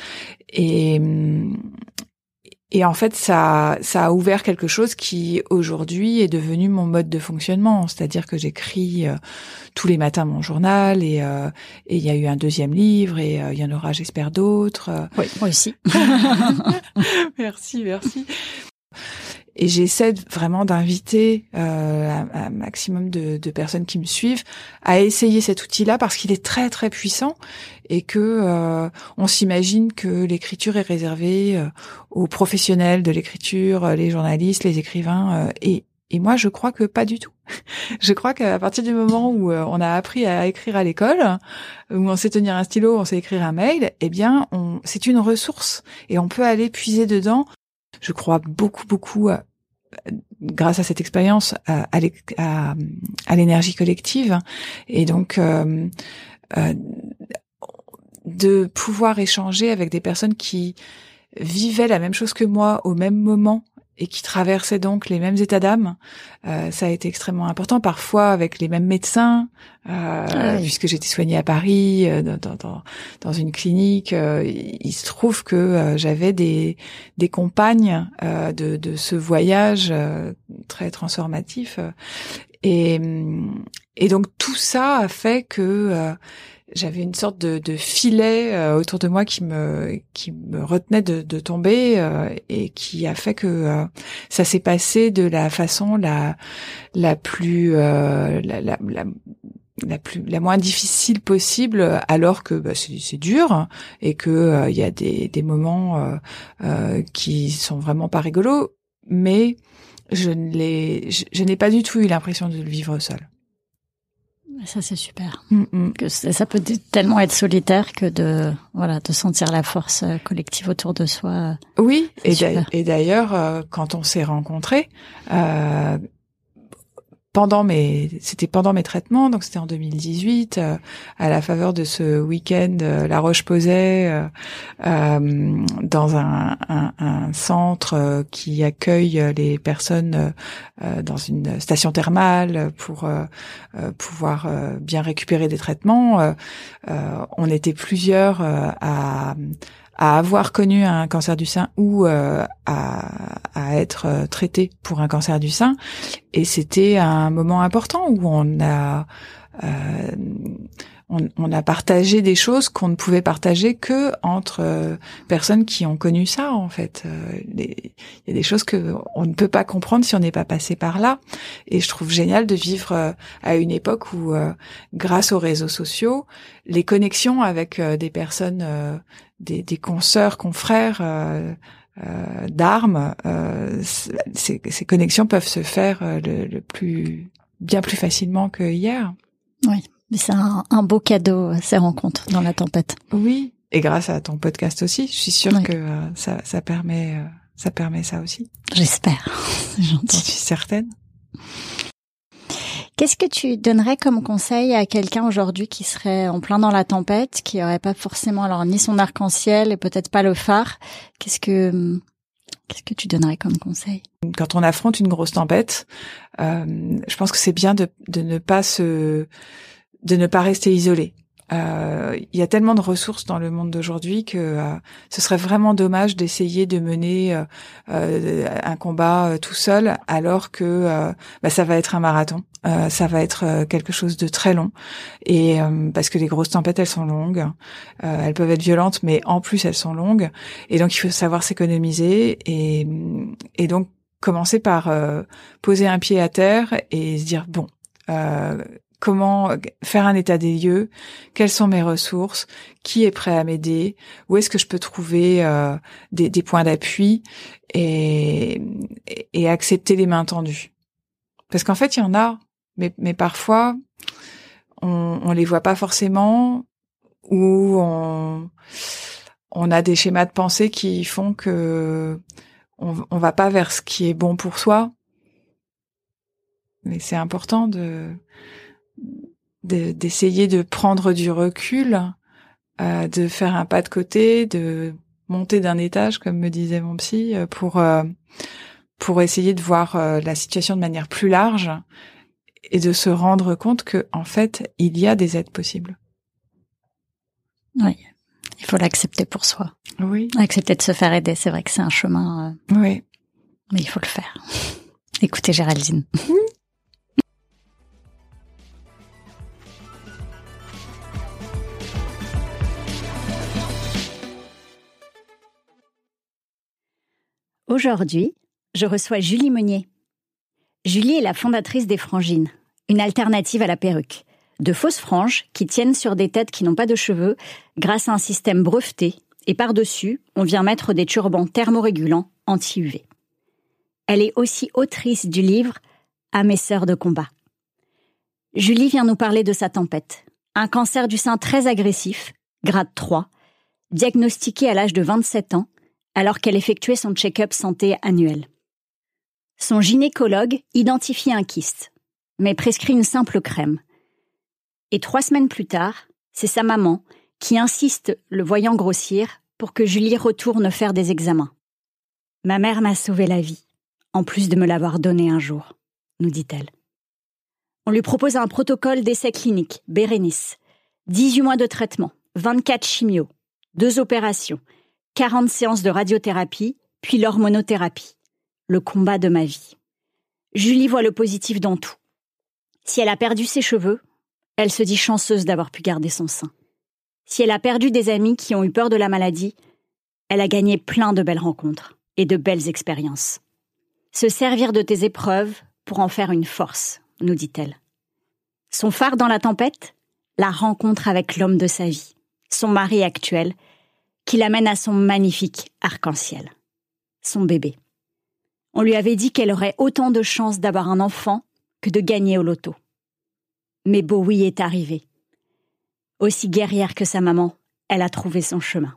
et en fait, ça a ouvert quelque chose qui aujourd'hui est devenu mon mode de fonctionnement. C'est-à-dire que j'écris tous les matins mon journal et il y a eu un deuxième livre et il y en aura, j'espère, d'autres.
Oui, moi aussi.
Merci. Et j'essaie vraiment d'inviter un maximum de personnes qui me suivent à essayer cet outil-là parce qu'il est très très puissant et que on s'imagine que l'écriture est réservée aux professionnels de l'écriture, les journalistes, les écrivains et moi je crois que pas du tout. Je crois qu'à partir du moment où on a appris à écrire à l'école, où on sait tenir un stylo, on sait écrire un mail, eh bien c'est une ressource et on peut aller puiser dedans. Je crois beaucoup grâce à cette expérience à l'énergie collective et donc de pouvoir échanger avec des personnes qui vivaient la même chose que moi au même moment et qui traversaient donc les mêmes états d'âme, ça a été extrêmement important, parfois avec les mêmes médecins, puisque j'étais soignée à Paris, dans une clinique. Il se trouve que j'avais des compagnes de ce voyage très transformatif. Et donc tout ça a fait que j'avais une sorte de filet autour de moi qui me retenait de tomber et qui a fait que ça s'est passé de la façon la moins difficile possible, alors que c'est dur et que il y a des moments qui sont vraiment pas rigolos, mais je n'ai pas du tout eu l'impression de le vivre seule.
Ça, c'est super. Que ça peut tellement être solitaire que de sentir la force collective autour de soi.
Oui, et d'ailleurs, quand on s'est rencontrés, pendant mes traitements, donc c'était en 2018, à la faveur de ce week-end La Roche-Posay, dans un centre qui accueille les personnes dans une station thermale pour pouvoir bien récupérer des traitements. On était plusieurs à avoir connu un cancer du sein ou à être traité pour un cancer du sein, et c'était un moment important où on a partagé des choses qu'on ne pouvait partager que entre personnes qui ont connu ça, en fait. Il y a des choses que on ne peut pas comprendre si on n'est pas passé par là, et je trouve génial de vivre à une époque où grâce aux réseaux sociaux, les connexions avec des personnes, des consoeurs, confrères d'armes, ces connexions peuvent se faire bien plus facilement que hier.
Oui, mais c'est un beau cadeau, ces rencontres dans la tempête.
Oui, et grâce à ton podcast aussi, je suis sûre que ça permet ça aussi.
J'espère, c'est gentil.
J'en suis certaine.
Qu'est-ce que tu donnerais comme conseil à quelqu'un aujourd'hui qui serait en plein dans la tempête, qui aurait pas forcément alors ni son arc-en-ciel et peut-être pas le phare? Qu'est-ce que tu donnerais comme conseil?
Quand on affronte une grosse tempête, je pense que c'est bien de ne pas rester isolé. Il y a tellement de ressources dans le monde d'aujourd'hui que ce serait vraiment dommage d'essayer de mener un combat tout seul, alors que ça va être un marathon. Ça va être quelque chose de très long, et parce que les grosses tempêtes, elles sont longues, elles peuvent être violentes, mais en plus elles sont longues, et donc il faut savoir s'économiser, et donc commencer par poser un pied à terre et se dire bon. Comment faire un état des lieux, quelles sont mes ressources, qui est prêt à m'aider, où est-ce que je peux trouver des points d'appui, et accepter les mains tendues. Parce qu'en fait, il y en a, mais parfois, on les voit pas forcément, ou on a des schémas de pensée qui font que on va pas vers ce qui est bon pour soi. Mais c'est important d'essayer de prendre du recul, de faire un pas de côté, de monter d'un étage, comme me disait mon psy, pour essayer de voir la situation de manière plus large, et de se rendre compte que, en fait, il y a des aides possibles.
Oui, il faut l'accepter pour soi.
Oui.
Accepter de se faire aider, c'est vrai que c'est un chemin.
Oui.
Mais il faut le faire. Écoutez, Géraldine. Aujourd'hui, je reçois Julie Meunier. Julie est la fondatrice des Frangines, une alternative à la perruque. De fausses franges qui tiennent sur des têtes qui n'ont pas de cheveux grâce à un système breveté, et par-dessus, on vient mettre des turbans thermorégulants anti-UV. Elle est aussi autrice du livre « À mes sœurs de combat ». Julie vient nous parler de sa tempête, un cancer du sein très agressif, grade 3, diagnostiqué à l'âge de 27 ans, alors qu'elle effectuait son check-up santé annuel. Son gynécologue identifie un kyste, mais prescrit une simple crème. Et 3 semaines plus tard, c'est sa maman qui insiste, le voyant grossir, pour que Julie retourne faire des examens. « Ma mère m'a sauvé la vie, en plus de me l'avoir donnée un jour », nous dit-elle. On lui propose un protocole d'essai clinique, Bérénice, 18 mois de traitement, 24 chimios, 2 opérations, 40 séances de radiothérapie, puis l'hormonothérapie. Le combat de ma vie. Julie voit le positif dans tout. Si elle a perdu ses cheveux, elle se dit chanceuse d'avoir pu garder son sein. Si elle a perdu des amis qui ont eu peur de la maladie, elle a gagné plein de belles rencontres et de belles expériences. Se servir de tes épreuves pour en faire une force, nous dit-elle. Son phare dans la tempête, la rencontre avec l'homme de sa vie, son mari actuel, qui l'amène à son magnifique arc-en-ciel, son bébé. On lui avait dit qu'elle aurait autant de chances d'avoir un enfant que de gagner au loto. Mais Bowie est arrivé. Aussi guerrière que sa maman, elle a trouvé son chemin.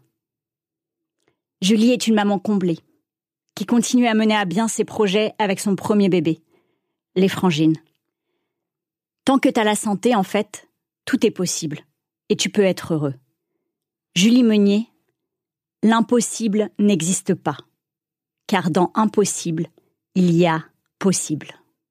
Julie est une maman comblée, qui continue à mener à bien ses projets avec son premier bébé, les Frangines. Tant que t'as la santé, en fait, tout est possible, et tu peux être heureux. Julie Meunier, l'impossible n'existe pas, car dans impossible, il y a possible.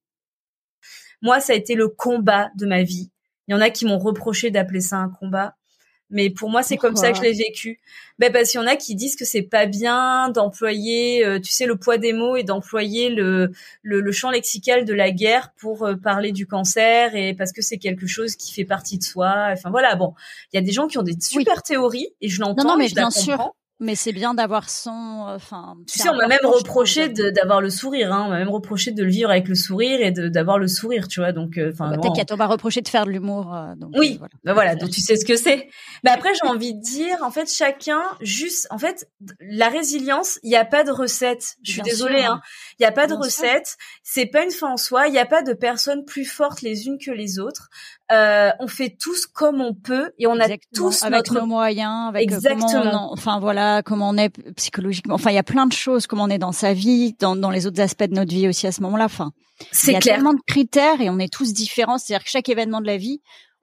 Moi, ça a été le combat de ma vie. Il y en a qui m'ont reproché d'appeler ça un combat, mais pour moi, c'est comme ça que je l'ai vécu. Parce qu'il y en a qui disent que c'est pas bien d'employer, le poids des mots, et d'employer le champ lexical de la guerre pour parler du cancer, et parce que c'est quelque chose qui fait partie de soi. Enfin voilà, bon, il y a des gens qui ont des super théories, et je l'entends,
non, mais
je la
bien
comprends.
sûr. Mais c'est bien d'avoir son...
tu sais, on m'a même reproché d'avoir le sourire. Hein. On m'a même reproché de le vivre avec le sourire et d'avoir le sourire, tu vois. Donc,
t'inquiète, on m'a reproché de faire de l'humour. Donc,
oui,
voilà.
Donc tu sais ce que c'est. Mais après, j'ai envie de dire, en fait, en fait, la résilience, il n'y a pas de recette. Je suis désolée, hein. Il n'y a pas de recette. C'est pas une fin en soi. Il n'y a pas de personnes plus fortes les unes que les autres. On fait tous comme on peut, et on a tous
avec nos moyens, avec comment on est psychologiquement. Enfin, il y a plein de choses, comment on est dans sa vie, dans les autres aspects de notre vie aussi à ce moment-là. Enfin,
c'est clair.
Il y a tellement de critères et on est tous différents. C'est-à-dire que chaque événement de la vie,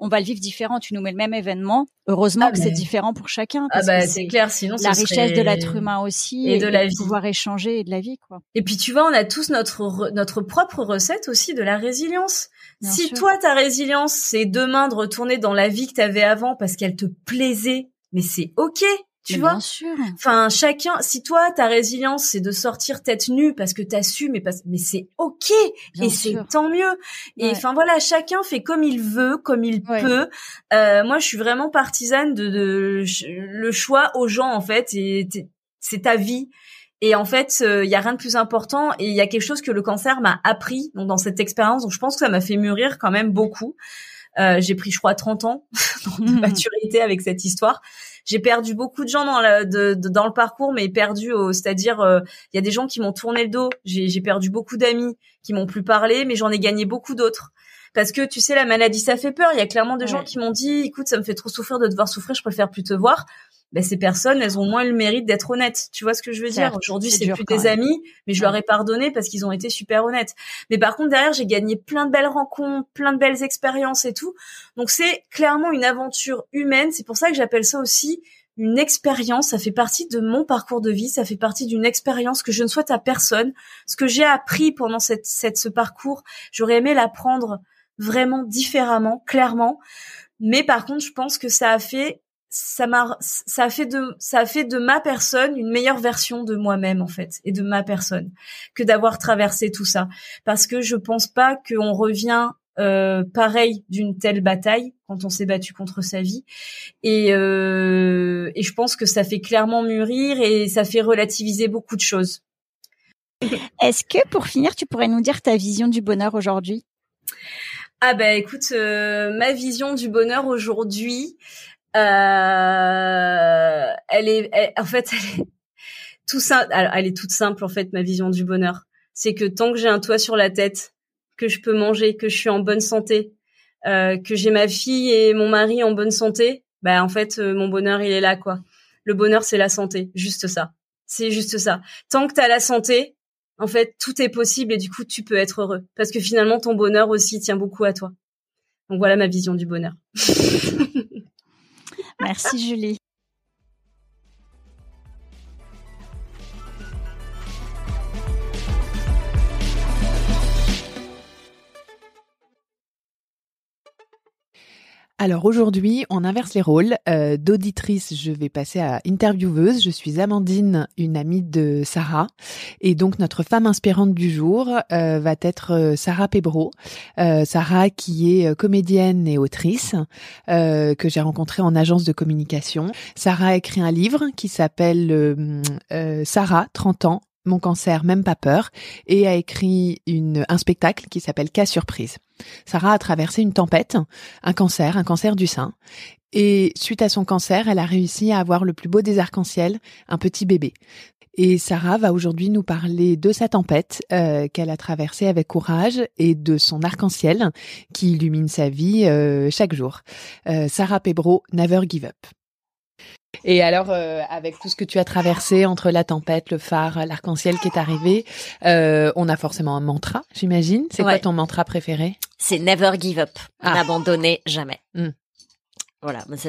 on va le vivre différent. Tu nous mets le même événement. Heureusement que c'est différent pour chacun. Parce que
c'est clair, sinon
la richesse de l'être humain aussi
et de la vie.
Pouvoir échanger et de la vie, quoi.
Et puis tu vois, on a tous notre propre recette aussi de la résilience.
Bien
si
sûr.
toi ta résilience c'est demain de retourner dans la vie que t'avais avant parce qu'elle te plaisait, mais c'est ok. Tu vois,
bien sûr.
Enfin, chacun. Si toi, ta résilience, c'est de sortir tête nue parce que t'assumes, mais c'est ok
Bien
et
sûr.
c'est tant mieux. Et enfin voilà, chacun fait comme il veut, comme il peut. Moi, je suis vraiment partisane de le choix aux gens en fait. Et c'est ta vie. Et en fait, il y a rien de plus important. Et il y a quelque chose que le cancer m'a appris donc dans cette expérience. Donc je pense que ça m'a fait mûrir quand même beaucoup. J'ai pris, je crois, 30 ans de maturité avec cette histoire. J'ai perdu beaucoup de gens dans le parcours, mais c'est-à-dire, il y a des gens qui m'ont tourné le dos. J'ai perdu beaucoup d'amis qui m'ont plus parlé, mais j'en ai gagné beaucoup d'autres. Parce que, tu sais, la maladie, ça fait peur. Il y a clairement des gens qui m'ont dit, écoute, ça me fait trop souffrir de te voir souffrir, je préfère plus te voir. Ben, ces personnes, elles ont moins le mérite d'être honnêtes. Tu vois ce que je veux dire? Aujourd'hui, c'est plus des amis, mais je leur ai pardonné parce qu'ils ont été super honnêtes. Mais par contre, derrière, j'ai gagné plein de belles rencontres, plein de belles expériences et tout. Donc, c'est clairement une aventure humaine. C'est pour ça que j'appelle ça aussi une expérience. Ça fait partie de mon parcours de vie. Ça fait partie d'une expérience que je ne souhaite à personne. Ce que j'ai appris pendant ce parcours, j'aurais aimé l'apprendre vraiment différemment, clairement. Mais par contre, je pense que ça a fait de ma personne une meilleure version de moi-même en fait et de ma personne que d'avoir traversé tout ça, parce que je pense pas qu'on revient pareil d'une telle bataille quand on s'est battu contre sa vie et je pense que ça fait clairement mûrir et ça fait relativiser beaucoup de choses.
Est-ce que pour finir tu pourrais nous dire ta vision du bonheur aujourd'hui?
Ah bah écoute, ma vision du bonheur aujourd'hui, elle est toute simple en fait. Ma vision du bonheur, c'est que tant que j'ai un toit sur la tête, que je peux manger, que je suis en bonne santé, que j'ai ma fille et mon mari en bonne santé, bah en fait mon bonheur il est là quoi. Le bonheur c'est la santé, juste ça. C'est juste ça. Tant que t'as la santé, en fait tout est possible et du coup tu peux être heureux parce que finalement ton bonheur aussi tient beaucoup à toi. Donc voilà ma vision du bonheur.
Merci Julie.
Alors aujourd'hui, on inverse les rôles. D'auditrice, je vais passer à intervieweuse. Je suis Amandine, une amie de Sarah. Et donc, notre femme inspirante du jour va être Sarah Pebro. Sarah qui est comédienne et autrice, que j'ai rencontrée en agence de communication. Sarah a écrit un livre qui s'appelle Sarah, 30 ans, mon cancer, même pas peur, et a écrit un spectacle qui s'appelle Cas surprise. Sarah a traversé une tempête, un cancer du sein, et suite à son cancer, elle a réussi à avoir le plus beau des arcs-en-ciel, un petit bébé. Et Sarah va aujourd'hui nous parler de sa tempête qu'elle a traversée avec courage et de son arc-en-ciel qui illumine sa vie chaque jour. Sarah Pebro, Never Give Up. Et alors, avec tout ce que tu as traversé entre la tempête, le phare, l'arc-en-ciel qui est arrivé, on a forcément un mantra, j'imagine. C'est quoi ton mantra préféré?
C'est Never Give Up. N'abandonner jamais. Voilà, ça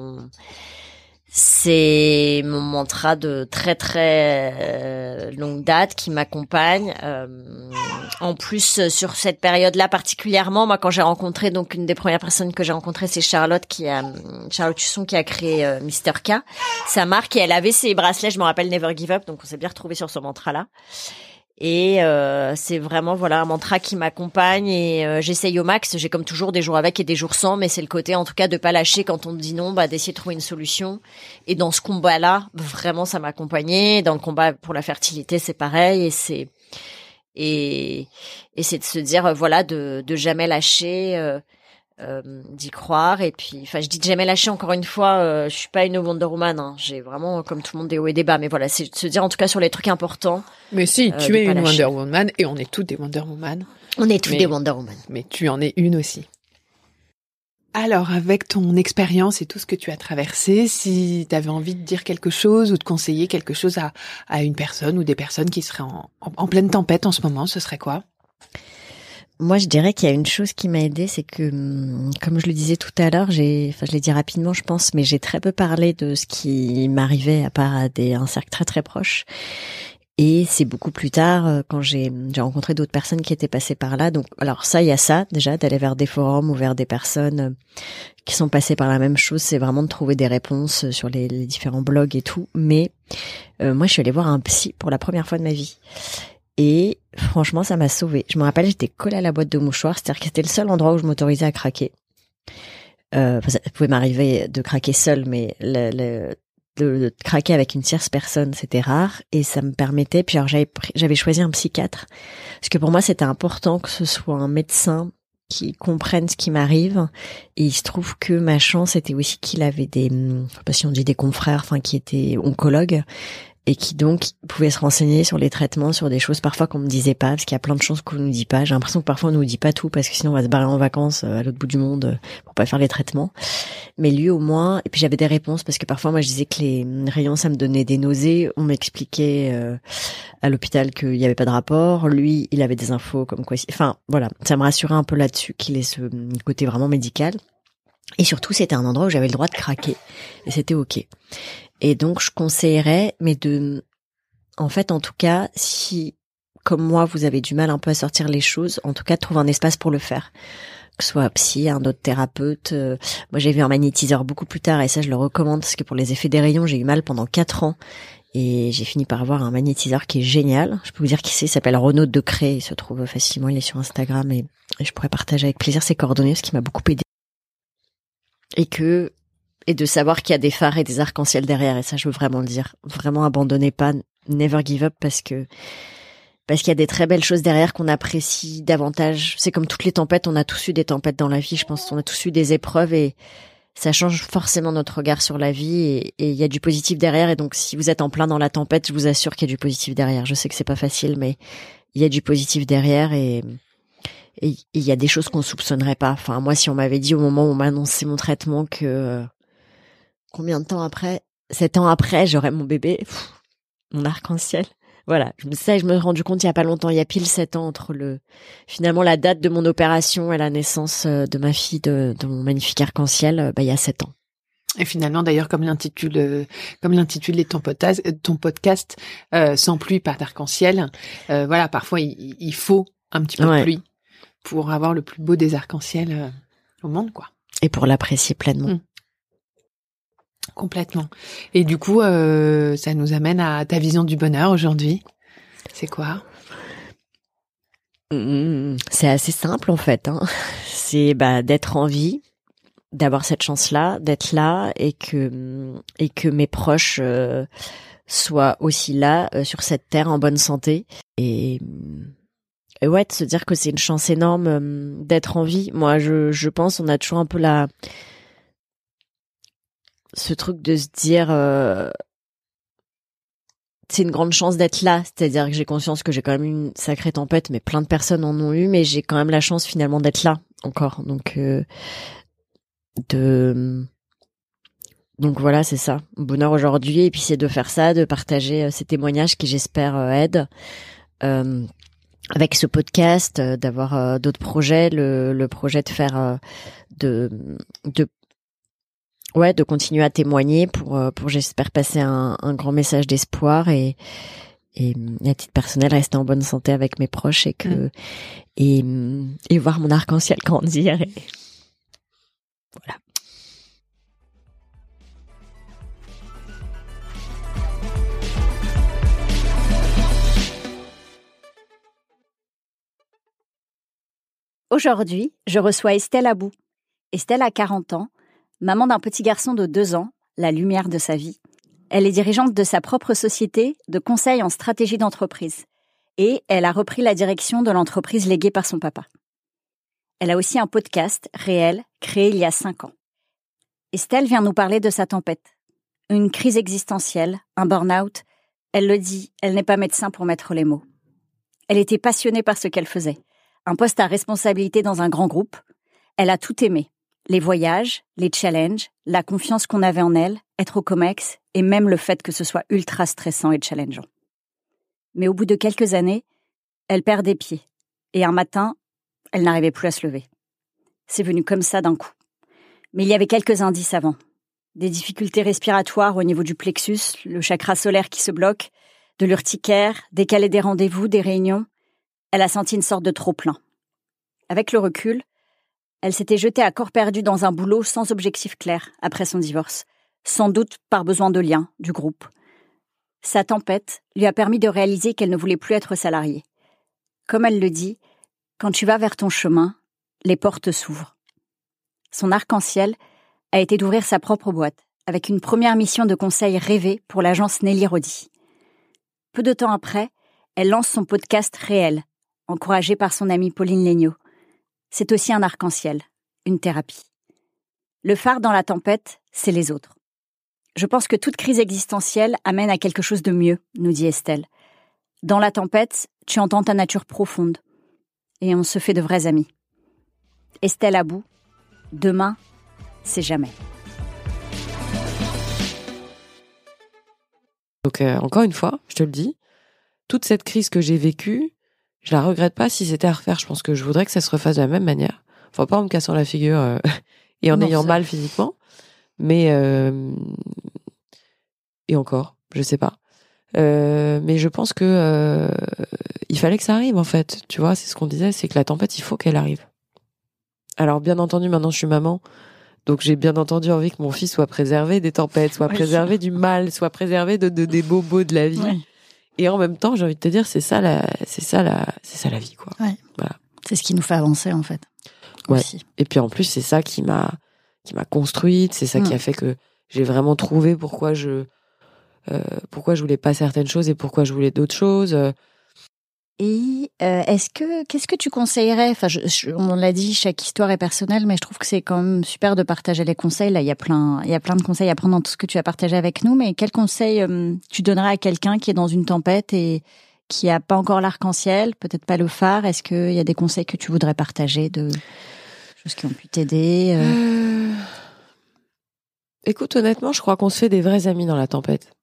c'est mon mantra de très très longue date qui m'accompagne. En plus, sur cette période-là particulièrement, moi quand j'ai rencontré, donc une des premières personnes que j'ai rencontrées, c'est Charlotte Husson qui a créé Mr K. Sa marque, et elle avait ses bracelets, je me rappelle, Never Give Up, donc on s'est bien retrouvés sur ce mantra-là. Et c'est vraiment un mantra qui m'accompagne et j'essaye au max. J'ai comme toujours des jours avec et des jours sans, mais c'est le côté en tout cas de pas lâcher quand on me dit non, d'essayer de trouver une solution. Et dans ce combat-là, vraiment ça m'a accompagnée. Dans le combat pour la fertilité, c'est pareil, et c'est de se dire de jamais lâcher, d'y croire. Et puis je dis de jamais lâcher, encore une fois, je suis pas une Wonder Woman, hein. J'ai vraiment comme tout le monde des hauts et des bas, mais voilà, c'est de se dire en tout cas sur les trucs importants.
Mais si, tu es une Wonder Woman, et on est toutes des Wonder Woman.
On est toutes des Wonder Woman.
Mais tu en es une aussi. Alors, avec ton expérience et tout ce que tu as traversé, si tu avais envie de dire quelque chose ou de conseiller quelque chose à une personne ou des personnes qui seraient en pleine tempête en ce moment, ce serait quoi?
moi, je dirais qu'il y a une chose qui m'a aidée, c'est que, comme je le disais tout à l'heure, je l'ai dit rapidement, je pense, mais j'ai très peu parlé de ce qui m'arrivait à part à un cercle très très proche. Et c'est beaucoup plus tard, quand j'ai rencontré d'autres personnes qui étaient passées par là. Donc, alors ça, il y a ça, déjà, d'aller vers des forums ou vers des personnes qui sont passées par la même chose. C'est vraiment de trouver des réponses sur les différents blogs et tout. Mais moi, je suis allée voir un psy pour la première fois de ma vie. Et franchement, ça m'a sauvée. Je me rappelle, j'étais collée à la boîte de mouchoirs. C'est-à-dire que c'était le seul endroit où je m'autorisais à craquer. Ça pouvait m'arriver de craquer seule, mais de craquer avec une tierce personne, c'était rare, et ça me permettait. Puis alors j'avais choisi un psychiatre parce que pour moi c'était important que ce soit un médecin qui comprenne ce qui m'arrive. Et il se trouve que ma chance était aussi qu'il avait je sais pas si on dit des confrères, enfin qui étaient oncologues et qui donc pouvaient se renseigner sur les traitements, sur des choses parfois qu'on me disait pas, parce qu'il y a plein de choses qu'on nous dit pas. J'ai l'impression que parfois on nous dit pas tout parce que sinon on va se barrer en vacances à l'autre bout du monde pour pas faire les traitements. Mais lui au moins, et puis j'avais des réponses parce que parfois moi je disais que les rayons ça me donnait des nausées, on m'expliquait à l'hôpital qu'il y avait pas de rapport, lui il avait des infos comme quoi, enfin voilà, ça me rassurait un peu là-dessus qu'il ait ce côté vraiment médical. Et surtout c'était un endroit où j'avais le droit de craquer et c'était ok. Et donc, je conseillerais, mais en fait, en tout cas, si, comme moi, vous avez du mal un peu à sortir les choses, en tout cas, trouve un espace pour le faire. Que ce soit un psy, un autre thérapeute. Moi, j'ai vu un magnétiseur beaucoup plus tard, et ça, je le recommande, parce que pour les effets des rayons, j'ai eu mal pendant 4 ans. Et j'ai fini par avoir un magnétiseur qui est génial. Je peux vous dire qui c'est, il s'appelle Renaud Decré, il se trouve facilement, il est sur Instagram, et je pourrais partager avec plaisir ses coordonnées, parce qu'il m'a beaucoup aidé. Et de savoir qu'il y a des phares et des arcs-en-ciel derrière, et ça je veux vraiment le dire. Vraiment abandonnez pas, never give up, parce qu'il y a des très belles choses derrière qu'on apprécie davantage. C'est comme toutes les tempêtes, on a tous eu des tempêtes dans la vie, je pense, on a tous eu des épreuves et ça change forcément notre regard sur la vie et il y a du positif derrière. Et donc si vous êtes en plein dans la tempête, je vous assure qu'il y a du positif derrière. Je sais que c'est pas facile, mais il y a du positif derrière et il y a des choses qu'on soupçonnerait pas. Enfin, moi, si on m'avait dit au moment où on m'a annoncé mon traitement que combien de temps après, 7 ans après, j'aurais mon bébé, mon arc-en-ciel. Voilà, je me suis rendu compte il y a pas longtemps, il y a pile 7 ans entre finalement la date de mon opération et la naissance de ma fille, de mon magnifique arc-en-ciel, il y a 7 ans.
Et finalement, d'ailleurs, comme l'intitule ton podcast, sans pluie, pas d'arc-en-ciel. Voilà, parfois il faut un petit peu de pluie pour avoir le plus beau des arcs-en-ciel au monde, quoi.
Et pour l'apprécier pleinement.
Complètement. Et du coup, ça nous amène à ta vision du bonheur aujourd'hui. C'est quoi ?
C'est assez simple en fait. C'est d'être en vie, d'avoir cette chance-là, d'être là et que mes proches soient aussi là sur cette terre en bonne santé et ouais, de se dire que c'est une chance énorme d'être en vie. Moi, je pense, on a toujours un peu ce truc de se dire c'est une grande chance d'être là, c'est-à-dire que j'ai conscience que j'ai quand même eu une sacrée tempête, mais plein de personnes en ont eu, mais j'ai quand même la chance finalement d'être là encore. Donc voilà, c'est ça, bonheur aujourd'hui, et puis c'est de faire ça, de partager ces témoignages qui j'espère aident avec ce podcast, d'avoir d'autres projets, le projet de faire de continuer à témoigner pour j'espère passer un grand message d'espoir et à titre personnel rester en bonne santé avec mes proches et voir mon arc-en-ciel grandir et voilà.
Aujourd'hui, je reçois Estelle Abou. Estelle a 40 ans, maman d'un petit garçon de 2 ans, la lumière de sa vie. Elle est dirigeante de sa propre société de conseil en stratégie d'entreprise. Et elle a repris la direction de l'entreprise léguée par son papa. Elle a aussi un podcast réel, créé il y a 5 ans. Estelle vient nous parler de sa tempête. Une crise existentielle, un burn-out. Elle le dit, elle n'est pas médecin pour mettre les mots. Elle était passionnée par ce qu'elle faisait. Un poste à responsabilité dans un grand groupe. Elle a tout aimé. Les voyages, les challenges, la confiance qu'on avait en elle, être au COMEX, et même le fait que ce soit ultra stressant et challengeant. Mais au bout de quelques années, elle perd des pieds. Et un matin, elle n'arrivait plus à se lever. C'est venu comme ça d'un coup. Mais il y avait quelques indices avant. Des difficultés respiratoires au niveau du plexus, le chakra solaire qui se bloque, de l'urticaire, décaler des rendez-vous, des réunions. Elle a senti une sorte de trop-plein. Avec le recul, elle s'était jetée à corps perdu dans un boulot sans objectif clair après son divorce, sans doute par besoin de lien, du groupe. Sa tempête lui a permis de réaliser qu'elle ne voulait plus être salariée. Comme elle le dit, quand tu vas vers ton chemin, les portes s'ouvrent. Son arc-en-ciel a été d'ouvrir sa propre boîte, avec une première mission de conseil rêvée pour l'agence Nelly Rodi. Peu de temps après, elle lance son podcast Réel, encouragée par son amie Pauline Legnaud. C'est aussi un arc-en-ciel, une thérapie. Le phare dans la tempête, c'est les autres. Je pense que toute crise existentielle amène à quelque chose de mieux, nous dit Estelle. Dans la tempête, tu entends ta nature profonde. Et on se fait de vrais amis. Estelle Abou, demain, c'est jamais.
Donc encore une fois, je te le dis, toute cette crise que j'ai vécue, je la regrette pas si c'était à refaire. Je pense que je voudrais que ça se refasse de la même manière. Enfin, pas en me cassant la figure et en ayant mal physiquement. Mais et encore, je sais pas. Mais je pense que il fallait que ça arrive en fait. Tu vois, c'est ce qu'on disait, c'est que la tempête, il faut qu'elle arrive. Alors bien entendu, maintenant je suis maman, donc j'ai bien entendu envie que mon fils soit préservé des tempêtes, soit préservé du mal, soit préservé de des bobos de la vie. Oui. Et en même temps, j'ai envie de te dire, c'est ça la vie quoi.
Ouais.
Voilà.
C'est ce qui nous fait avancer en fait.
Ouais.
Aussi.
Et puis en plus, c'est ça qui m'a construite, c'est ça qui a fait que j'ai vraiment trouvé pourquoi je voulais pas certaines choses et pourquoi je voulais d'autres choses.
Et qu'est-ce que tu conseillerais? Enfin, on l'a dit, chaque histoire est personnelle, mais je trouve que c'est quand même super de partager les conseils. Là, il y a plein de conseils à prendre dans tout ce que tu as partagé avec nous. Mais quel conseil tu donnerais à quelqu'un qui est dans une tempête et qui a pas encore l'arc-en-ciel, peut-être pas le phare? Est-ce qu'il y a des conseils que tu voudrais partager de choses qui ont pu t'aider?
Écoute, honnêtement, je crois qu'on se fait des vrais amis dans la tempête.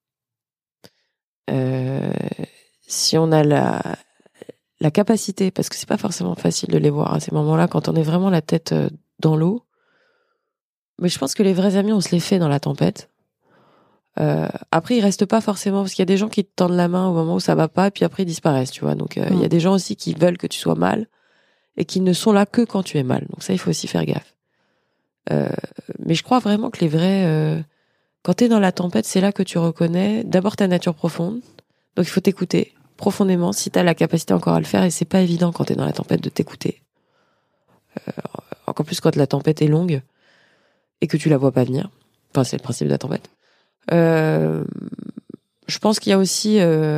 Si on a la capacité, parce que c'est pas forcément facile de les voir à ces moments-là, quand on est vraiment la tête dans l'eau. Mais je pense que les vrais amis, on se les fait dans la tempête. Après, ils restent pas forcément, parce qu'il y a des gens qui te tendent la main au moment où ça va pas, et puis après ils disparaissent, tu vois. Donc il y a des gens aussi qui veulent que tu sois mal, et qui ne sont là que quand tu es mal. Donc ça, il faut aussi faire gaffe. Mais je crois vraiment que les vrais... quand t'es dans la tempête, c'est là que tu reconnais d'abord ta nature profonde. Donc il faut t'écouter profondément si t'as la capacité encore à le faire, et c'est pas évident quand t'es dans la tempête de t'écouter. Encore plus quand la tempête est longue et que tu la vois pas venir. Enfin, c'est le principe de la tempête. Je pense qu'il y a aussi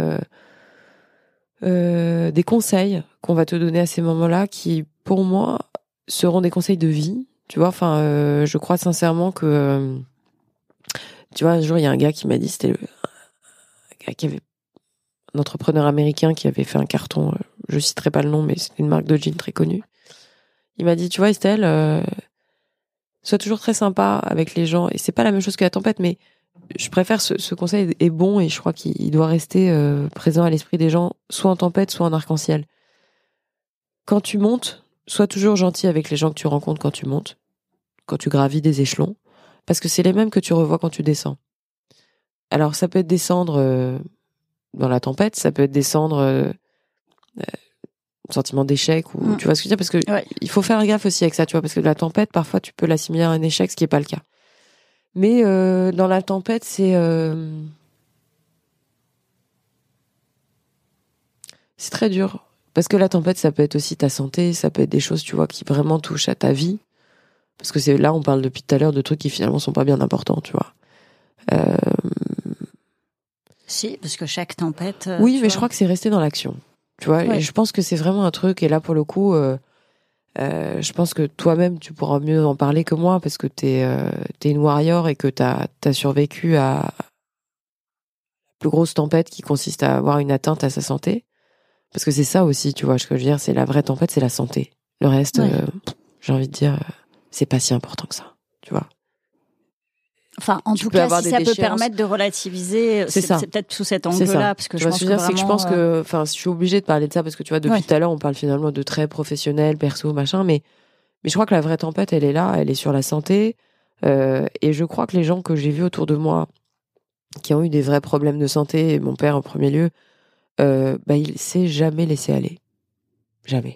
des conseils qu'on va te donner à ces moments-là qui, pour moi, seront des conseils de vie. Tu vois, enfin, je crois sincèrement que, tu vois, un jour, il y a un gars qui m'a dit, c'était un gars qui avait, un entrepreneur américain qui avait fait un carton, je citerai pas le nom, mais c'était une marque de jeans très connue. Il m'a dit, tu vois, Estelle, sois toujours très sympa avec les gens. Et c'est pas la même chose que la tempête, mais je préfère ce conseil est bon, et je crois qu'il doit rester présent à l'esprit des gens, soit en tempête, soit en arc-en-ciel. Quand tu montes, sois toujours gentil avec les gens que tu rencontres quand tu montes, quand tu gravis des échelons, parce que c'est les mêmes que tu revois quand tu descends. Alors ça peut être descendre dans la tempête, ça peut être descendre sentiment d'échec, ou tu vois ce que je veux dire, parce que il faut faire gaffe aussi avec ça, tu vois, parce que la tempête, parfois tu peux l'assimiler à un échec, ce qui est pas le cas. Mais dans la tempête, c'est très dur, parce que la tempête, ça peut être aussi ta santé, ça peut être des choses, tu vois, qui vraiment touchent à ta vie, parce que c'est là, on parle depuis tout à l'heure de trucs qui finalement sont pas bien importants, tu vois.
Si, parce que chaque tempête.
Oui, mais je crois que c'est rester dans l'action, tu vois. Ouais. Et je pense que c'est vraiment un truc. Et là, pour le coup, je pense que toi-même, tu pourras mieux en parler que moi, parce que t'es une warrior et que t'as survécu à la plus grosse tempête qui consiste à avoir une atteinte à sa santé. Parce que c'est ça aussi, tu vois. Ce que je veux dire, c'est la vraie tempête, c'est la santé. Le reste, j'ai envie de dire, c'est pas si important que ça, tu vois.
Enfin, en tout cas, si ça peut permettre de relativiser, c'est peut-être sous cet angle-là, parce que je pense que vraiment...
c'est que je pense que, enfin, je suis obligée de parler de ça parce que tu vois, depuis tout à l'heure, on parle finalement de très professionnel, perso, machin, mais je crois que la vraie tempête, elle est là, elle est sur la santé, et je crois que les gens que j'ai vus autour de moi, qui ont eu des vrais problèmes de santé, et mon père en premier lieu, il s'est jamais laissé aller. Jamais.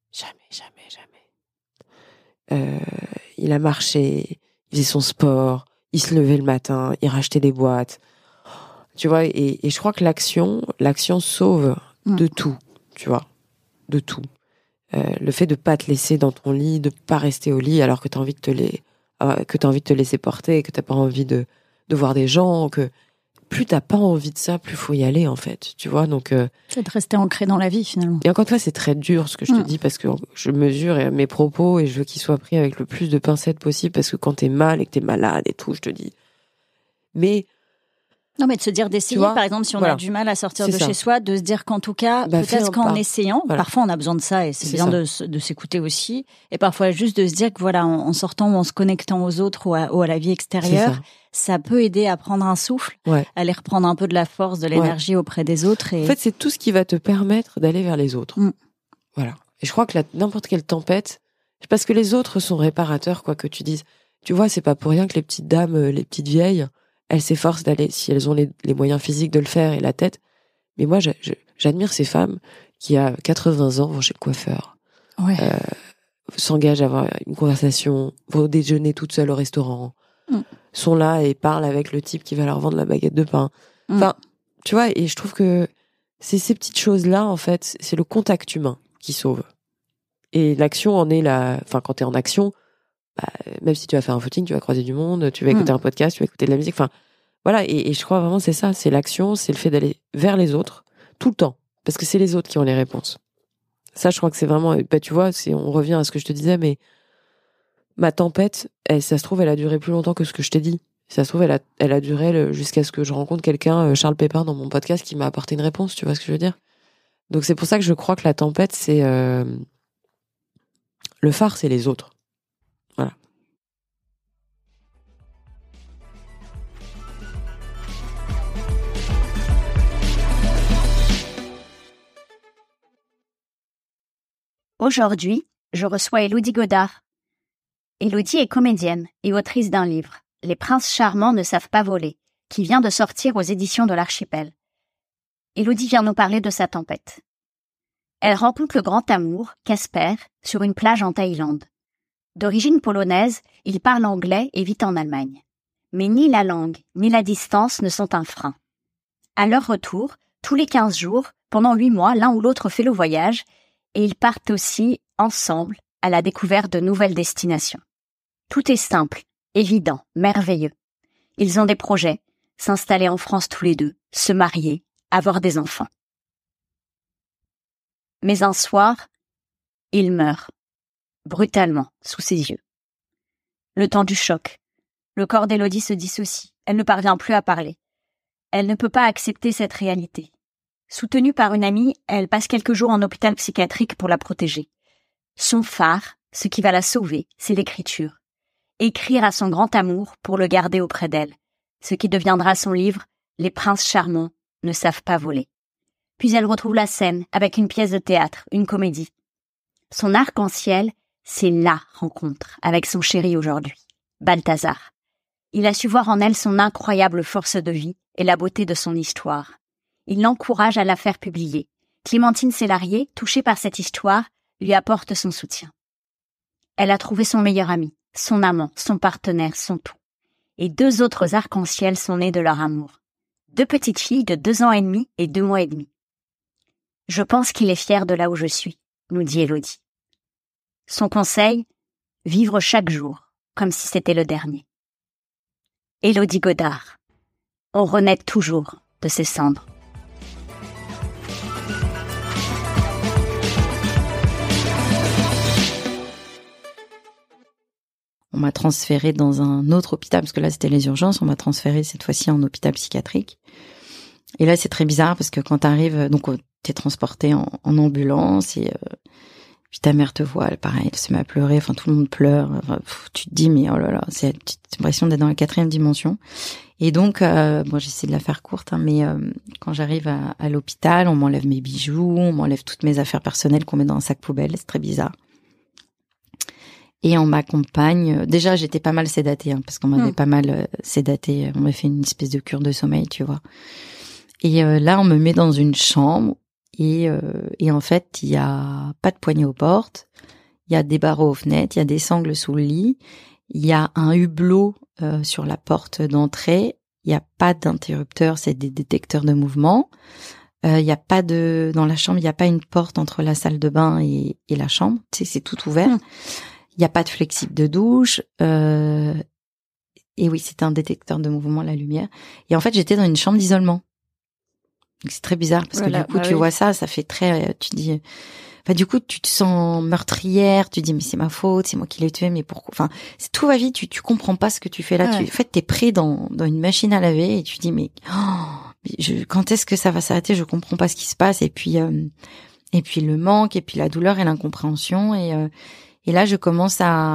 Il a marché, il faisait son sport, il se levait le matin, il rachetait des boîtes. Tu vois, et je crois que l'action sauve de tout, tu vois, de tout. Le fait de pas te laisser dans ton lit, de pas rester au lit alors que t'as envie de te laisser porter, que t'as pas envie de voir des gens, que plus t'as pas envie de ça, plus faut y aller en fait, tu vois. Donc
c'est de rester ancré dans la vie finalement.
Et encore une fois, c'est très dur ce que je te dis parce que je mesure mes propos et je veux qu'ils soient pris avec le plus de pincettes possible parce que quand t'es mal et que t'es malade et tout, je te dis. Mais
non, mais de se dire d'essayer, par exemple, si on a du mal à sortir de chez soi, de se dire qu'en tout cas, peut-être qu'en essayant, parfois on a besoin de ça et c'est bien de s'écouter aussi. Et parfois juste de se dire que voilà, en sortant ou en se connectant aux autres ou à la vie extérieure, ça peut aider à prendre un souffle, à aller reprendre un peu de la force, de l'énergie auprès des autres. Et...
En fait, c'est tout ce qui va te permettre d'aller vers les autres. Voilà. Et je crois que n'importe quelle tempête, parce que les autres sont réparateurs, quoi que tu dises. Tu vois, c'est pas pour rien que les petites dames, les petites vieilles, elles s'efforcent d'aller, si elles ont les moyens physiques de le faire et la tête. Mais moi, j'admire ces femmes qui, à 80 ans, vont chez le coiffeur. S'engagent à avoir une conversation, vont déjeuner toutes seules au restaurant, sont là et parlent avec le type qui va leur vendre la baguette de pain. Enfin, tu vois, et je trouve que c'est ces petites choses-là, en fait, c'est le contact humain qui sauve. Et l'action en est enfin, quand t'es en action, même si tu vas faire un footing, tu vas croiser du monde, tu vas écouter un podcast, tu vas écouter de la musique, enfin, voilà, et je crois vraiment c'est ça, c'est l'action, c'est le fait d'aller vers les autres, tout le temps, parce que c'est les autres qui ont les réponses. Ça, je crois que c'est vraiment, tu vois, on revient à ce que je te disais, mais ma tempête, ça se trouve, elle a duré plus longtemps que ce que je t'ai dit. Ça se trouve, elle a duré jusqu'à ce que je rencontre quelqu'un, Charles Pépin, dans mon podcast, qui m'a apporté une réponse, tu vois ce que je veux dire? Donc c'est pour ça que je crois que la tempête, c'est... le phare, c'est les autres. Voilà.
Aujourd'hui, je reçois Élodie Godard. Élodie est comédienne et autrice d'un livre, Les princes charmants ne savent pas voler, qui vient de sortir aux éditions de l'Archipel. Élodie vient nous parler de sa tempête. Elle rencontre le grand amour, Casper, sur une plage en Thaïlande. D'origine polonaise, il parle anglais et vit en Allemagne. Mais ni la langue, ni la distance ne sont un frein. À leur retour, tous les 15 jours, pendant 8 mois, l'un ou l'autre fait le voyage, et ils partent aussi, ensemble, à la découverte de nouvelles destinations. Tout est simple, évident, merveilleux. Ils ont des projets, s'installer en France tous les deux, se marier, avoir des enfants. Mais un soir, il meurt, brutalement, sous ses yeux. Le temps du choc. Le corps d'Élodie se dissocie. Elle ne parvient plus à parler. Elle ne peut pas accepter cette réalité. Soutenue par une amie, elle passe quelques jours en hôpital psychiatrique pour la protéger. Son phare, ce qui va la sauver, c'est l'écriture. Écrire à son grand amour pour le garder auprès d'elle, ce qui deviendra son livre « Les princes charmants ne savent pas voler ». Puis elle retrouve la scène avec une pièce de théâtre, une comédie. Son arc-en-ciel, c'est la rencontre avec son chéri aujourd'hui, Balthazar. Il a su voir en elle son incroyable force de vie et la beauté de son histoire. Il l'encourage à la faire publier. Clémentine Sélarié, touchée par cette histoire, lui apporte son soutien. Elle a trouvé son meilleur ami, son amant, son partenaire, son tout. Et 2 autres arcs-en-ciel sont nés de leur amour. 2 petites filles de 2 ans et demi et 2 mois et demi. Je pense qu'il est fier de là où je suis, nous dit Élodie. Son conseil, vivre chaque jour, comme si c'était le dernier. Élodie Godard. On renaît toujours de ses cendres.
On m'a transférée dans un autre hôpital, parce que là c'était les urgences, on m'a transférée cette fois-ci en hôpital psychiatrique. Et là c'est très bizarre parce que quand t'arrives, donc t'es transporté en ambulance et
Puis ta mère te voit, pareil, elle se met à pleurer, enfin tout le monde pleure. Enfin, tu te dis mais oh là là, c'est l'impression d'être dans la 4e dimension. Et donc, bon, j'essaie de la faire courte, hein, mais quand j'arrive à l'hôpital, on m'enlève mes bijoux, on m'enlève toutes mes affaires personnelles qu'on met dans un sac poubelle, c'est très bizarre. Et on m'accompagne. Déjà, j'étais pas mal sédatée, hein, parce qu'on m'avait pas mal sédatée. On m'a fait une espèce de cure de sommeil, tu vois. Et là, on me met dans une chambre et en fait, il y a pas de poignée aux portes, il y a des barreaux aux fenêtres, il y a des sangles sous le lit, il y a un hublot sur la porte d'entrée, il y a pas d'interrupteur, c'est des détecteurs de mouvement. Il y a pas dans la chambre, il y a pas une porte entre la salle de bain et la chambre, tu sais, c'est tout ouvert. Il y a pas de flexible de douche. Et oui, c'était un détecteur de mouvement, la lumière. Et en fait, j'étais dans une chambre d'isolement. Donc, c'est très bizarre parce que du coup, tu vois ça fait très, tu dis, enfin, du coup, tu te sens meurtrière, tu dis, mais c'est ma faute, c'est moi qui l'ai tué, mais pourquoi, enfin, c'est tout va vite, tu comprends pas ce que tu fais là. En fait, t'es pris dans une machine à laver et tu dis, mais, quand est-ce que ça va s'arrêter? Je comprends pas ce qui se passe. Et puis le manque, et puis la douleur et l'incompréhension. Et là, je commence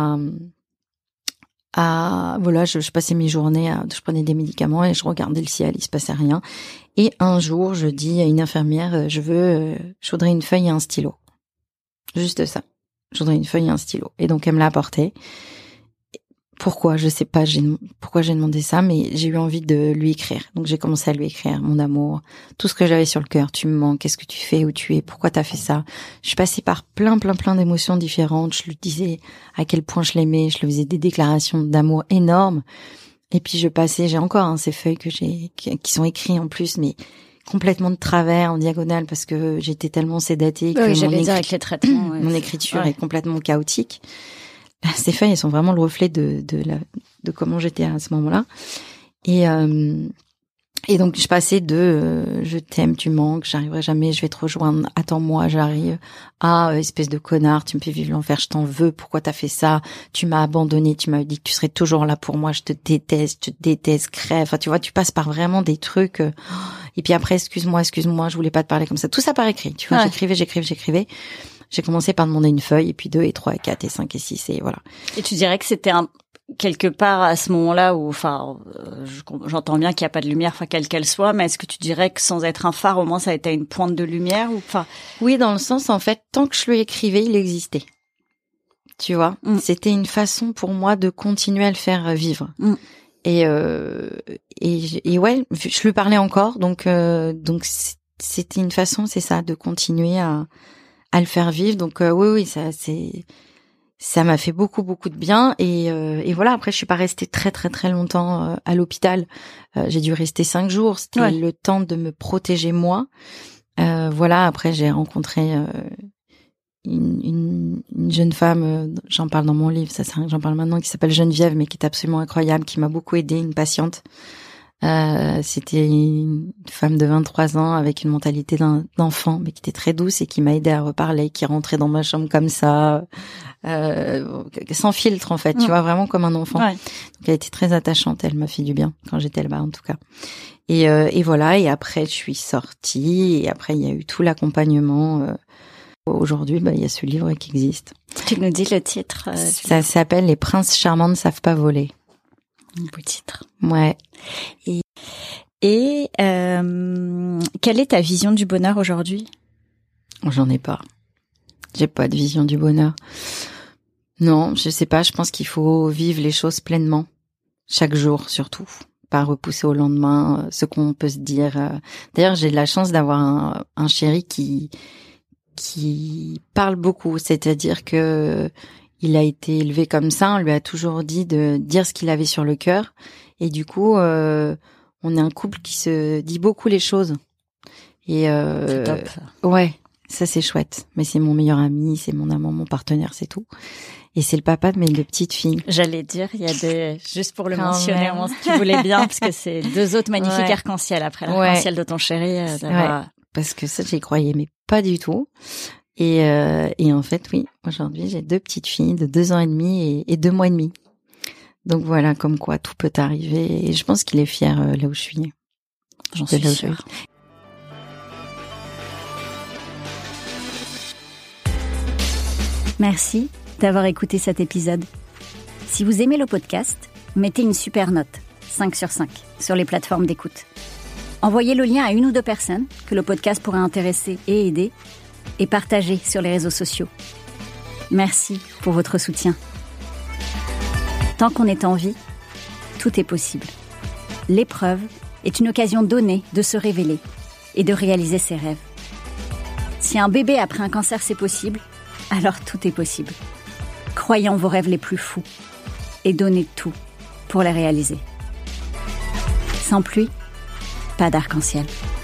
voilà, je passais mes journées je prenais des médicaments et je regardais le ciel, il se passait rien. Et un jour, je dis à une infirmière, je voudrais une feuille et un stylo. Juste ça. Je voudrais une feuille et un stylo. Et donc, elle me l'a apporté. Pourquoi? Je sais pas pourquoi j'ai demandé ça, mais j'ai eu envie de lui écrire. Donc, j'ai commencé à lui écrire mon amour, tout ce que j'avais sur le cœur. Tu me manques, qu'est-ce que tu fais, où tu es, pourquoi t'as fait ça? Je suis passée par plein d'émotions différentes. Je lui disais à quel point je l'aimais, je lui faisais des déclarations d'amour énormes. Et puis, j'ai encore ces feuilles qui sont écrites en plus, mais complètement de travers, en diagonale, parce que j'étais tellement sédatée que
avec les traitements,
mon écriture est complètement chaotique. Ces feuilles, elles sont vraiment le reflet de comment j'étais à ce moment-là. Et donc, je passais de je t'aime, tu manques, j'arriverai jamais, je vais te rejoindre, attends-moi, j'arrive, espèce de connard, tu me fais vivre l'enfer, je t'en veux, pourquoi t'as fait ça, tu m'as abandonné, tu m'as dit que tu serais toujours là pour moi, je te déteste, crève. Enfin, tu vois, tu passes par vraiment des trucs. Et puis après, excuse-moi, je voulais pas te parler comme ça. Tout ça par écrit, tu vois, j'écrivais. J'ai commencé par demander une feuille, et puis 2, et 3, et 4, et 5, et 6, et voilà.
Et tu dirais que c'était quelque part à ce moment-là où, enfin, j'entends bien qu'il n'y a pas de lumière, enfin, quelle qu'elle soit, mais est-ce que tu dirais que sans être un phare, au moins, ça a été une pointe de lumière ou pas?
Oui, dans le sens, en fait, tant que je lui écrivais, il existait. Tu vois? C'était une façon pour moi de continuer à le faire vivre. Et ouais, je lui parlais encore, donc c'était une façon, c'est ça, de continuer à le faire vivre. Donc oui, ça m'a fait beaucoup de bien. Et voilà, après je suis pas restée très longtemps à l'hôpital. J'ai dû rester 5 jours. C'était le temps de me protéger moi. Voilà, après j'ai rencontré une jeune femme, j'en parle dans mon livre, ça c'est rien que j'en parle maintenant, qui s'appelle Geneviève, mais qui est absolument incroyable, qui m'a beaucoup aidée, une patiente. C'était une femme de 23 ans avec une mentalité d'enfant, mais qui était très douce et qui m'a aidée à reparler, qui rentrait dans ma chambre comme ça, sans filtre en fait, tu vois, vraiment comme un enfant. Donc elle était très attachante, elle m'a fait du bien quand j'étais là-bas en tout cas. Et voilà, et après je suis sortie, et après il y a eu tout l'accompagnement. Aujourd'hui, il y a ce livre qui existe.
Tu nous dis le titre
Ça s'appelle Les princes charmants ne savent pas voler.
Un beau titre.
Ouais.
Et quelle est ta vision du bonheur aujourd'hui?
J'en ai pas. J'ai pas de vision du bonheur. Non, je sais pas. Je pense qu'il faut vivre les choses pleinement, chaque jour surtout, pas repousser au lendemain ce qu'on peut se dire. D'ailleurs, j'ai de la chance d'avoir un chéri qui parle beaucoup, c'est-à-dire que il a été élevé comme ça, on lui a toujours dit de dire ce qu'il avait sur le cœur. Et du coup, on est un couple qui se dit beaucoup les choses. Et
c'est top.
Ouais, ça c'est chouette. Mais c'est mon meilleur ami, c'est mon amant, mon partenaire, c'est tout. Et c'est le papa de mes 2 petites filles.
J'allais dire, il y a juste pour le mentionner, si tu voulais bien, parce que c'est 2 autres magnifiques arc-en-ciel après l'arc-en-ciel de ton chéri.
Parce que ça, j'y croyais, mais pas du tout. Et en fait, oui, aujourd'hui, j'ai 2 petites filles de 2 ans et demi et 2 mois et demi. Donc voilà, comme quoi tout peut arriver. Et je pense qu'il est fier là où je suis.
J'en suis sûre.
Merci d'avoir écouté cet épisode. Si vous aimez le podcast, mettez une super note, 5 sur 5, sur les plateformes d'écoute. Envoyez le lien à 1 ou 2 personnes que le podcast pourrait intéresser et aider, et partagez sur les réseaux sociaux. Merci pour votre soutien. Tant qu'on est en vie, tout est possible. L'épreuve est une occasion donnée de se révéler et de réaliser ses rêves. Si un bébé après un cancer c'est possible, alors tout est possible. Croyez en vos rêves les plus fous et donnez tout pour les réaliser. Sans pluie, pas d'arc-en-ciel.